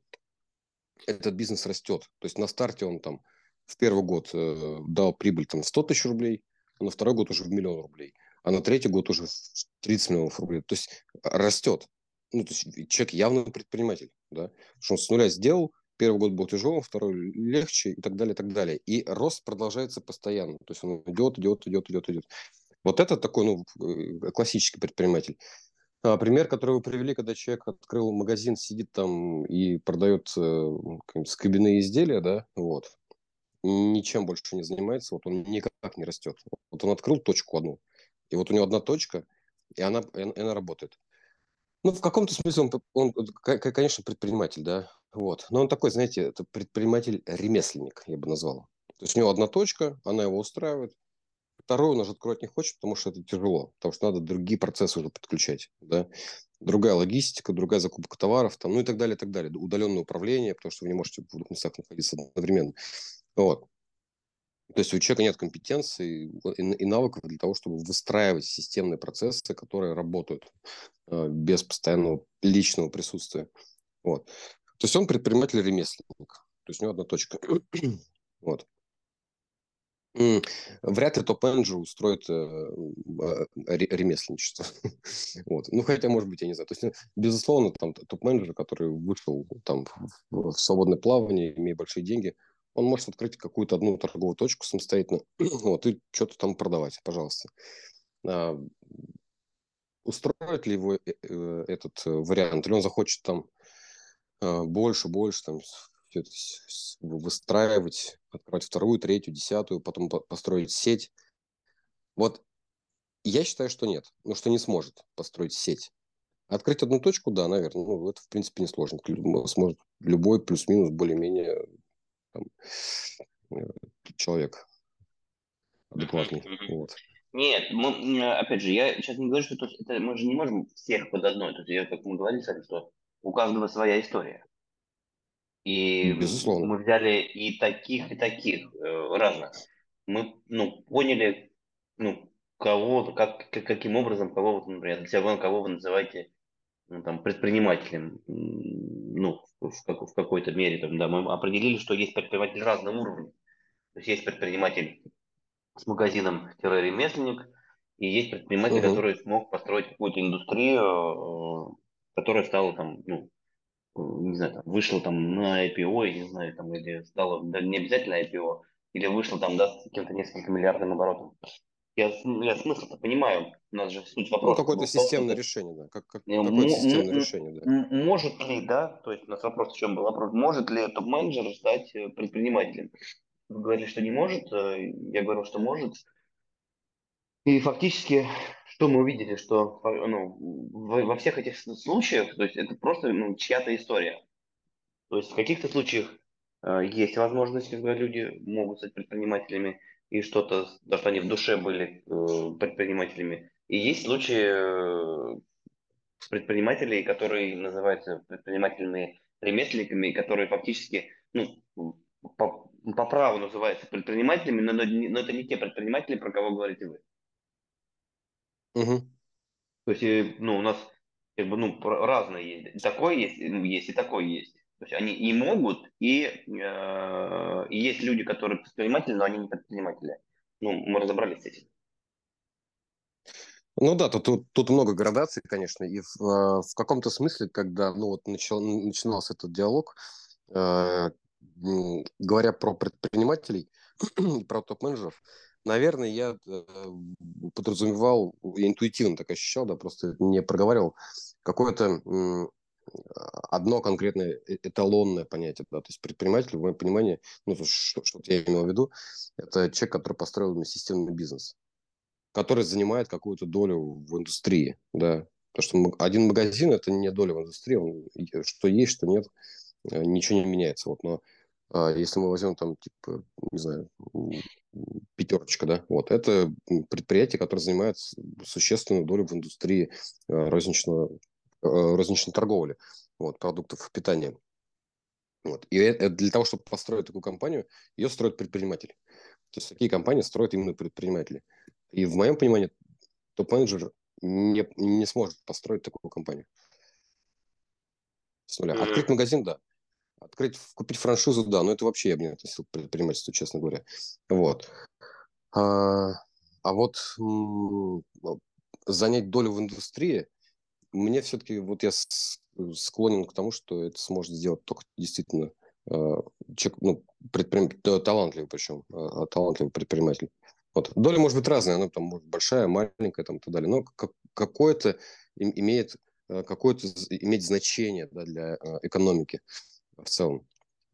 этот бизнес растет. То есть на старте он там в первый год э, дал прибыль там сто тысяч рублей, а на второй год уже в миллион рублей, а на третий год уже в тридцать миллионов рублей. То есть растет. Ну, то есть человек явно предприниматель, да, потому что он с нуля сделал, первый год был тяжелым, второй легче и так далее, и так далее. И рост продолжается постоянно. То есть он идет, идет, идет, идет, идет. Вот это такой, ну, э, классический предприниматель. А, пример, который вы привели, когда человек открыл магазин, сидит там и продает э, какие-нибудь скобяные изделия, да, вот, ничем больше не занимается, вот он никак не растет. Вот он открыл точку одну, и вот у него одна точка, и она, и она, и она работает. Ну, в каком-то смысле он, он, к- к- конечно, предприниматель, да, вот. Но он такой, знаете, это предприниматель-ремесленник, я бы назвал. То есть у него одна точка, она его устраивает, вторую он уже открывать не хочет, потому что это тяжело, потому что надо другие процессы уже подключать, да. Другая логистика, другая закупка товаров, там, ну и так далее, и так далее. Удаленное управление, потому что вы не можете в двух местах находиться одновременно. Вот. То есть у человека нет компетенции и, и навыков для того, чтобы выстраивать системные процессы, которые работают э, без постоянного личного присутствия. Вот. То есть он предприниматель-ремесленник. То есть у него одна точка. Вот. М, Вряд ли топ-менеджер устроит э, э, ре- ремесленничество. Вот. Ну, хотя, может быть, я не знаю. То есть, ну, безусловно, там топ-менеджер, который вышел там в, в свободное плавание, имея большие деньги, он может открыть какую-то одну торговую точку самостоятельно, вот, и что-то там продавать, пожалуйста. А, устроит ли его э, э, этот э, вариант, или он захочет там э, больше, больше, там, всё это с- с- выстраивать, открывать вторую, третью, десятую, потом по- построить сеть. Вот я считаю, что нет. Ну, что не сможет построить сеть. Открыть одну точку, да, наверное. Ну, это, в принципе, несложно. Лю- Сможет любой плюс-минус более-менее там, э, человек Мгм, адекватный. мгм. Вот. Нет, мы, м, опять же, я сейчас не говорю, что тут это, мы же не можем всех под одной. Тут я, как мы говорили с вами, что у каждого своя история. И Безусловно. мы взяли и таких, и таких э, разных. Мы, ну, поняли, ну, кого, как, как- каким образом, кого, вот, например, для себя, кого вы называете, ну, там, предпринимателем, м, ну, в, в как- в какой-то мере, там, да, мы определили, что есть предприниматель разного уровня. То есть есть предприниматель с магазином-ремесленник, и есть предприниматель, Мгм. который смог построить какую-то индустрию, э, которая стала там, ну, э, не знаю, там, вышла там на ай пи о, я не знаю, там, или стала, да, не обязательно ай пи о, или вышла там, да, с каким-то несколько миллиардным оборотом. Я, с- я смысл-то понимаю, у нас же суть Ну, вопроса какое-то был в том, что системное это решение, да. Как, как, э, м- какое-то системное м- решение, да. м- может ли, да, то есть у нас вопрос в чем был вопрос, может ли топ-менеджер стать э, предпринимателем? Вы говорили, что не может, э, я говорил, что может. И фактически, что мы увидели, что э, ну, во, во всех этих с- случаях, то есть это просто ну, чья-то история. То есть в каких-то случаях э, есть возможность, когда люди могут стать предпринимателями и что-то, то, что они в душе были э, предпринимателями. И есть случаи, э, предпринимателей, которые называются предпринимателями-ремесленниками, которые фактически, ну, по, по праву называются предпринимателями, но, но не- но это не те предприниматели, про кого говорите вы. Мгм. То есть, э, ну, у нас как бы, ну, про- разное есть. И такое есть, ну, есть и такое есть. То есть они и могут, и, э, и есть люди, которые предприниматели, но они не предприниматели. Ну, мы разобрались с этим. Ну да, тут, тут, тут много градаций, конечно, и в, э, в каком-то смысле, когда ну, вот начал, начинался этот диалог, э, м, говоря про предпринимателей, про топ-менеджеров, наверное, я э, подразумевал, я интуитивно так ощущал, да, просто не проговаривал, какое-то м, одно конкретное э- эталонное понятие, да, то есть предприниматель, в моем понимании, ну, что, что я имел в виду, это человек, который построил именно системный бизнес, который занимает какую-то долю в индустрии, да. Потому что м- один магазин – это не доля в индустрии, он, и- что есть, что нет, э, ничего не меняется. Вот, но а, если мы возьмем там, типа, не знаю, м, пятерочка, да, вот, это м, предприятие, которое занимает с- существенную долю в индустрии э, розничного, э, розничной торговли, вот, продуктов питания. Вот. И э- для того, чтобы построить такую компанию, ее строят предприниматели. То есть такие компании строят именно предприниматели. И в моем понимании топ-менеджер не, не сможет построить такую компанию с нуля. Открыть Мгм. магазин, да. Открыть, купить франшизу, да. Но это вообще я бы не относил к предпринимательству, честно говоря. Вот. А, а вот м, занять долю в индустрии, мне все-таки, вот я с- склонен к тому, что это сможет сделать только действительно э, человек, ну, предприним... та- талантливый, причем э, талантливый предприниматель. Вот. Доля может быть разная, она там может быть большая, маленькая, там, и так далее, но как, какое-то им- имеет э, какое-то з- иметь значение, да, для э, экономики в целом.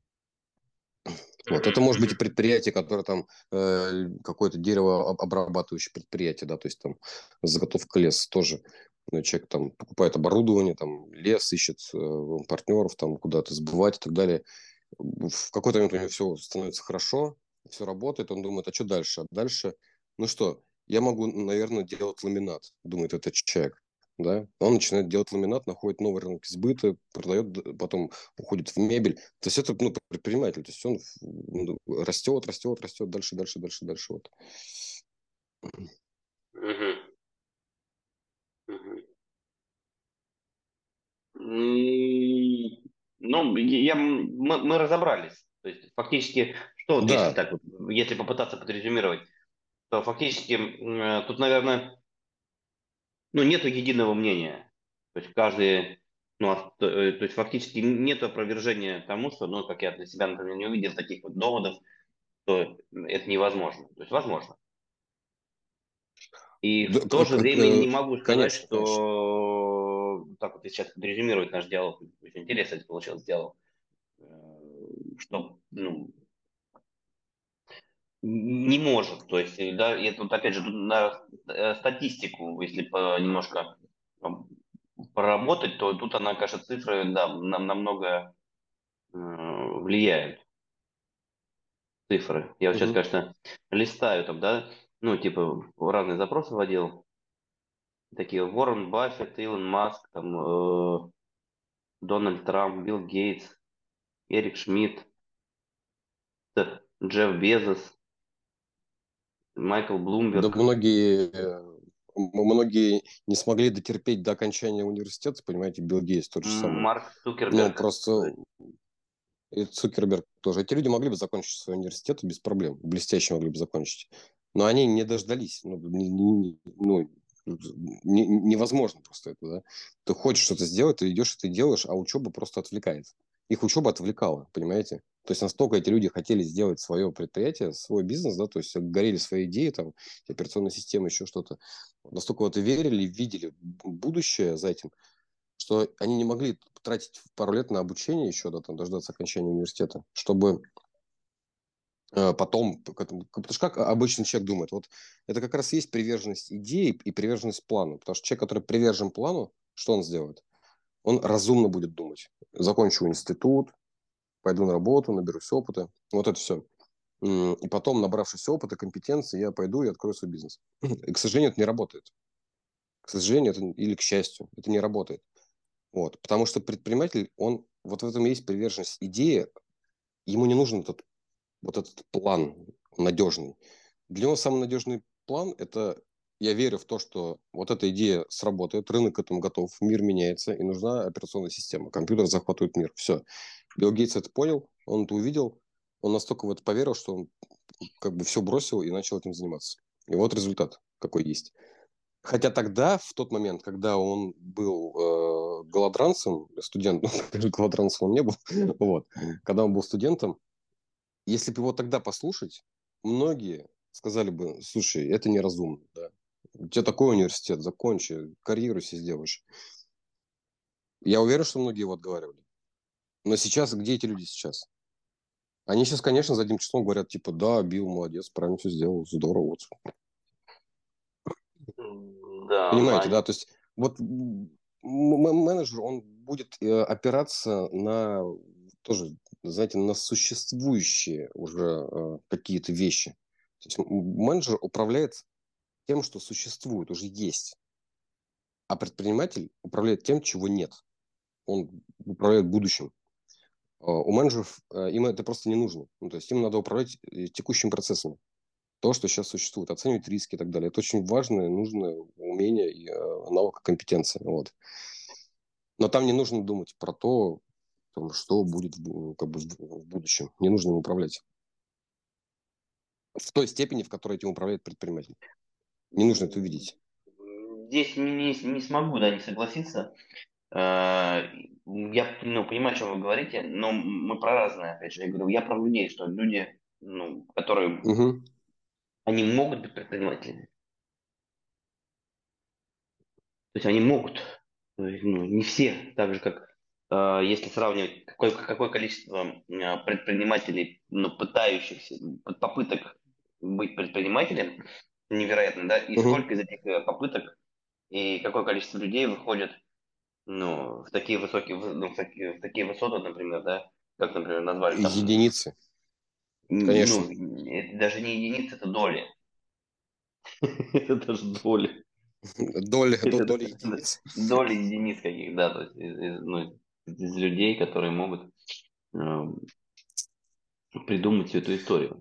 Вот. Это Мгм. может быть и Мгм. предприятие, которое там э, какое-то деревообрабатывающее предприятие, да, то есть там заготовка леса тоже. Ну, человек там покупает оборудование, там лес ищет э, партнеров, там куда-то сбывать и так далее. В какой-то момент у него все становится хорошо, все работает, он думает, а что дальше? А дальше, ну что, я могу, наверное, делать ламинат, думает этот человек. Да? Он начинает делать ламинат, находит новый рынок сбыта, продает, потом уходит в мебель. То есть это ну, предприниматель. То есть он ну, растет, растет, растет, дальше, дальше, дальше, дальше. Вот. Мгм. Мгм. М, Ну, я, мы, мы разобрались. То есть, фактически, что вот если Да. так вот, если попытаться подрезюмировать, то фактически м, э, тут, наверное, ну, нету единого мнения. То есть каждый, ну, а, то, э, то есть фактически нет опровержения тому, что, ну, как я для себя, например, не увидел таких вот доводов, что это невозможно. То есть возможно. И Да, в то к- же к- время не э, могу сказать, конечно, конечно. что так вот если сейчас резюмировать наш диалог, очень интересно это получилось диалог, э, что, ну, не может. То есть, э, да, я тут опять же тут на э, статистику, если по- немножко там, поработать, то тут она, конечно, цифры, да, нам намного э, влияют цифры. Я вот сейчас, Мгм. конечно, листаю там, да, ну, типа, разные запросы вводил, такие Уоррен Баффет, Илон Маск, там, э, Дональд Трамп, Билл Гейтс, Эрик Шмидт, Т- Джефф Безос, Майкл Да Блумберг, многие, э, м- многие не смогли дотерпеть до окончания университета, понимаете, Билл Гейтс тот же М- самый. Марк Ну, Цукерберг. просто и Цукерберг тоже. Эти люди могли бы закончить свой университет без проблем, блестяще могли бы закончить. Но они не дождались. Ну, не- не- ну, не- невозможно просто это, да. Ты хочешь что-то сделать, ты идешь и ты делаешь, а учеба просто отвлекает. Их учеба отвлекала, понимаете? То есть настолько эти люди хотели сделать свое предприятие, свой бизнес, да, то есть горели свои идеи, там, операционная система, еще что-то. Настолько вот и верили, видели будущее за этим, что они не могли тратить пару лет на обучение еще, да, там, дождаться окончания университета, чтобы э, потом, к этому- потому что как обычный человек думает, вот это как раз есть приверженность идеи и приверженность плану, потому что человек, который привержен плану, что он сделает? Он разумно будет думать. Закончу институт, пойду на работу, наберусь опыта, вот это все. И потом, набравшись опыта, компетенции, я пойду и открою свой бизнес. И, к сожалению, это не работает. К сожалению, это, или к счастью, это не работает. Вот. Потому что предприниматель, он, вот в этом и есть приверженность идеи, ему не нужен этот, вот этот план надежный. Для него самый надежный план – это я верю в то, что вот эта идея сработает, рынок к этому готов, мир меняется, и нужна операционная система. Компьютер захватывает мир. Все. Билл Гейтс это понял, он это увидел, он настолько в это поверил, что он как бы все бросил и начал этим заниматься. И вот результат какой есть. Хотя тогда, в тот момент, когда он был э, голодранцем, студент, ну, голодранцем он не был, вот, когда он был студентом, если бы его тогда послушать, многие сказали бы, слушай, это неразумно, да. У тебя такой университет, закончи, карьеру себе сделаешь. Я уверен, что многие его отговаривали. Но сейчас, где эти люди сейчас? Они сейчас, конечно, за одним числом говорят, типа, да, Билл молодец, правильно все сделал, здорово. Вот. Да, но Понимаете, они... да? То есть вот менеджер, он будет э, опираться на тоже, знаете, на существующие уже э, какие-то вещи. То есть менеджер управляет тем, что существует, уже есть. А предприниматель управляет тем, чего нет. Он управляет будущим. У менеджеров им это просто не нужно. Ну, то есть им надо управлять текущими процессами. То, что сейчас существует, оценивать риски и так далее. Это очень важное, нужное умение и навык, компетенция. Вот. Но там не нужно думать про то, что будет как бы, в будущем. Не нужно им управлять. В той степени, в которой этим управляет предприниматель. Не нужно это видеть. Здесь не, не, не смогу, да, не согласиться. Э, Я, ну, понимаю, о чем вы говорите, но мы про разное, опять же. Я говорю, я про людей, что люди, ну, которые, Угу. они могут быть предпринимателями. То есть они могут. То есть, ну, не все, так же как э, если сравнивать, какое, какое количество э, предпринимателей, ну, пытающихся, попыток быть предпринимателем, невероятно, да, и Угу. сколько из этих э, попыток и какое количество людей выходит, ну, в такие высокие, вы- ну, в такие, в такие высоты, например, да, как, например, назвали там, Единицы, н- конечно. ну, это даже не единицы, это доли. Это даже доли. Доля, до- Это доля единиц. доли единиц каких, да, то есть из, из, ну, из людей, которые могут э, придумать всю эту историю.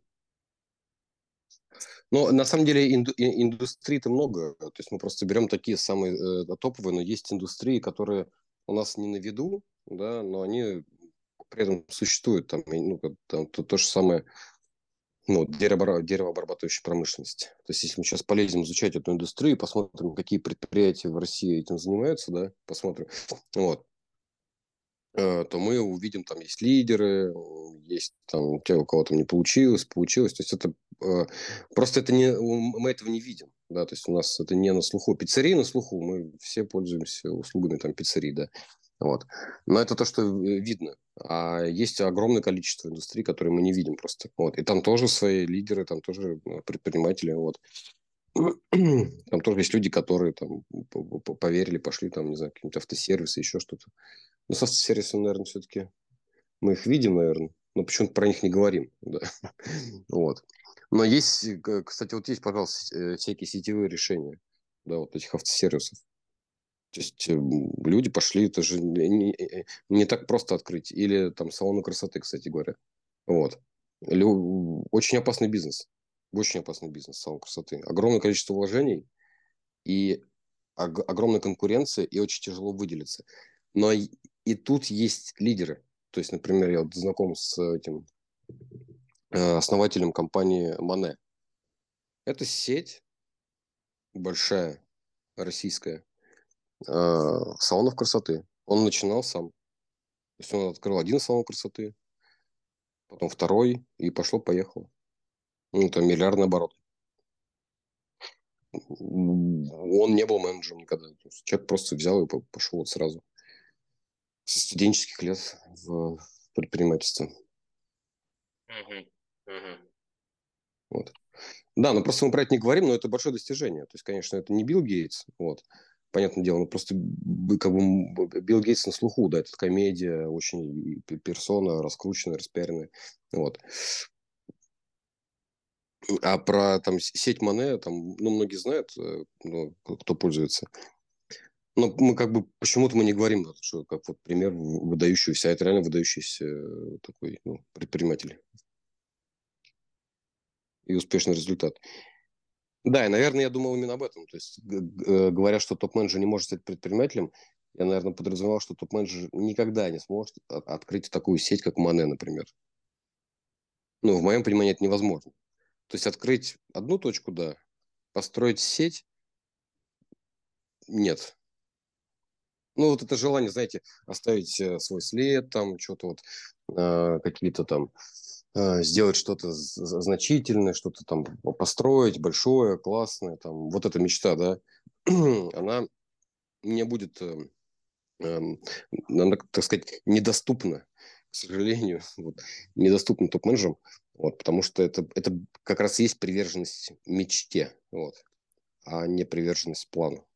Но на самом деле инду- и- индустрий-то много. То есть мы просто берем такие самые э, топовые, но есть индустрии, которые у нас не на виду, да, но они при этом существуют. Там, и, ну, как там, то, то же самое, ну, дерево, деревообрабатывающая промышленность. То есть если мы сейчас полезем изучать эту индустрию, посмотрим, какие предприятия в России этим занимаются, да, посмотрим. Вот. Э, то мы увидим, там есть лидеры, есть там те, у кого там не получилось, получилось. То есть это э, просто это не, мы этого не видим. Да, то есть у нас это не на слуху. Пиццерии на слуху, мы все пользуемся услугами там пиццерий, да. Вот. Но это то, что э, видно. А есть огромное количество индустрий, которые мы не видим просто. Вот. И там тоже свои лидеры, там тоже э, предприниматели. Вот. Там тоже есть люди, которые там поверили, пошли там, не знаю, какие-нибудь автосервисы, еще что-то. Ну, с автосервисом, наверное, все-таки мы их видим, наверное, но почему-то про них не говорим. Да. Вот. Но есть, кстати, вот есть, пожалуйста, э, всякие сетевые решения, да, вот этих автосервисов. То есть э, люди пошли, это же не, не- не так просто открыть. Или там салоны красоты, кстати говоря. Вот. Лю- Очень опасный бизнес. Очень опасный бизнес, салон красоты. Огромное количество вложений и ог- огромная конкуренция, и очень тяжело выделиться. Но и, и тут есть лидеры. То есть, например, я вот знаком с этим э, основателем компании Мане. Это сеть большая, российская, э, салонов красоты. Он начинал сам. То есть он открыл один салон красоты, потом второй, и пошло-поехало. Ну, там миллиардный оборот. Он не был менеджером никогда. То есть человек просто взял и пошел вот сразу. Со студенческих лет в предпринимательство. Мгм. Мгм. Вот. Да, но просто мы про это не говорим, но это большое достижение. То есть, конечно, это не Билл Гейтс, вот, понятное дело, но просто как бы Билл Гейтс на слуху, да, это такая медиа, очень персона, раскрученная, распиаренная, вот. А про там сеть Мане, там, ну, многие знают, э, ну, кто пользуется. Но мы как бы почему-то мы не говорим, что как вот пример выдающийся, а это реально выдающийся э, такой ну, предприниматель и успешный результат. Да, и, наверное, я думал именно об этом. То есть, г- г- говоря, что топ-менеджер не может стать предпринимателем, я, наверное, подразумевал, что топ-менеджер никогда не сможет от- открыть такую сеть, как Мане, например. Ну, в моем понимании это невозможно. То есть открыть одну точку, да, построить сеть, нет. Ну, вот это желание, знаете, оставить э, свой след, там, что-то вот, э, какие-то там, э, сделать что-то з- з- значительное, что-то там построить большое, классное, там, вот эта мечта, да, она не будет, э, эм, она, так сказать, недоступна, к сожалению, вот, недоступна топ-менеджерам, вот, потому что это, это как раз и есть приверженность мечте, вот, а не приверженность плану.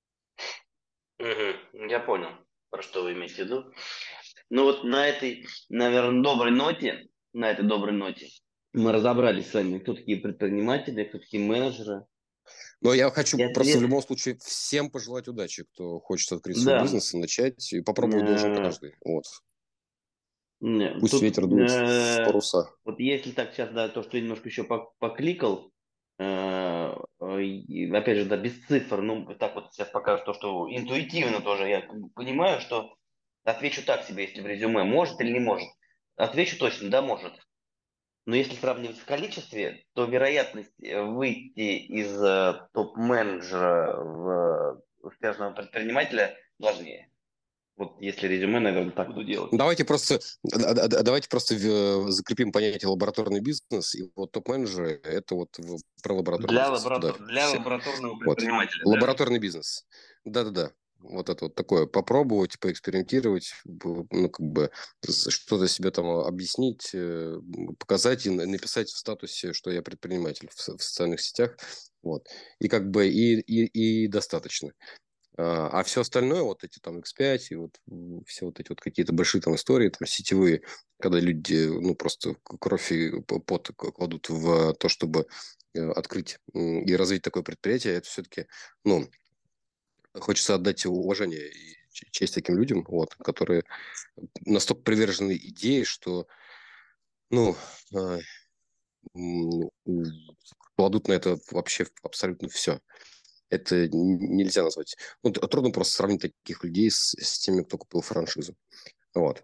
Мгм. Я понял, про что вы имеете в виду. Ну вот на этой, наверное, доброй ноте, на этой доброй ноте мы разобрались с вами, кто такие предприниматели, кто такие менеджеры. Но я хочу И просто в ответ, любом случае всем пожелать удачи, кто хочет открыть свой да, бизнес и начать. И попробовать должен э, каждый. Вот. не, Пусть тут, ветер дует в э, паруса. вот если так сейчас, да, то, что я немножко еще пок- покликал, э, э, и, опять же, да, без цифр, ну, вот так вот сейчас покажу то, что интуитивно тоже я как бы понимаю, что отвечу так себе, если в резюме, может или не может. Отвечу точно, да, может. Но если сравнивать в количестве, то вероятность э, выйти из э, топ-менеджера в э, успешного предпринимателя сложнее. Вот если резюме, наверное, так буду делать. Давайте просто, да- да- да- давайте просто в- закрепим понятие лабораторный бизнес. И вот топ-менеджеры– это вот в- про лабораторный Для, бизнес. Туда лаборатор... для всех. лабораторного Вот. предпринимателя, да? Лабораторный бизнес. Да-да-да. Вот это вот такое. Попробовать, поэкспериментировать, б- ну, как бы с- что-то себе там объяснить, э, показать и на- написать в статусе, что я предприниматель в, со- в социальных сетях. Вот. И как бы и, и, и достаточно. А, а все остальное, вот эти там икс пять и вот м, все вот эти вот какие-то большие там истории, там сетевые, когда люди, ну, просто кровь и п- пот кладут в то, чтобы э, открыть м, и развить такое предприятие, это все-таки, ну, хочется отдать уважение и ч- честь таким людям, вот, которые настолько привержены идее, что, ну, а, м, кладут на это вообще абсолютно все. Это н- нельзя назвать. Ну, т- трудно просто сравнить таких людей с, с теми, кто купил франшизу. Вот.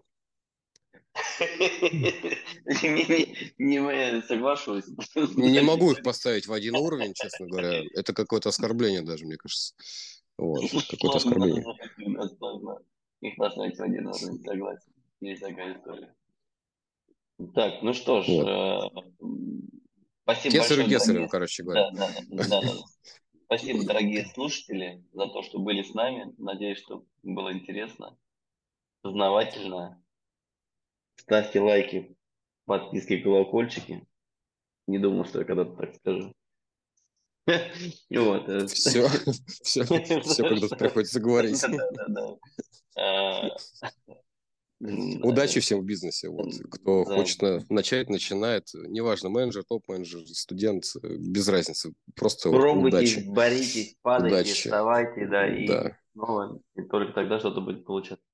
Не, не, не соглашусь. Не могу их поставить в один уровень, честно говоря. Это какое-то оскорбление даже, мне кажется. Вот. Какое-то Сложно, оскорбление. всегда сложно их поставить в один уровень, согласен. Есть такая история. Так, ну что ж, Вот. э, м, спасибо Кесарю большое, Кесареву, дорогие. короче говоря. Да, да, да, да, да. Спасибо, дорогие слушатели, за то, что были с нами. Надеюсь, что было интересно, познавательно. Ставьте лайки, подписки, колокольчики. Не думал, что я когда-то так скажу. Вот. э, Все, все, все когда-то приходится говорить. Да, да, да. А, м, Удачи э, всем в бизнесе. Вот. Кто да. хочет на- начать, начинает. Неважно, менеджер, топ-менеджер, студент, э, без разницы. Просто вот Пробуйтесь, удачи. боритесь, падайте, Удачи. вставайте, да, и Да. снова, и только тогда что-то будет получаться.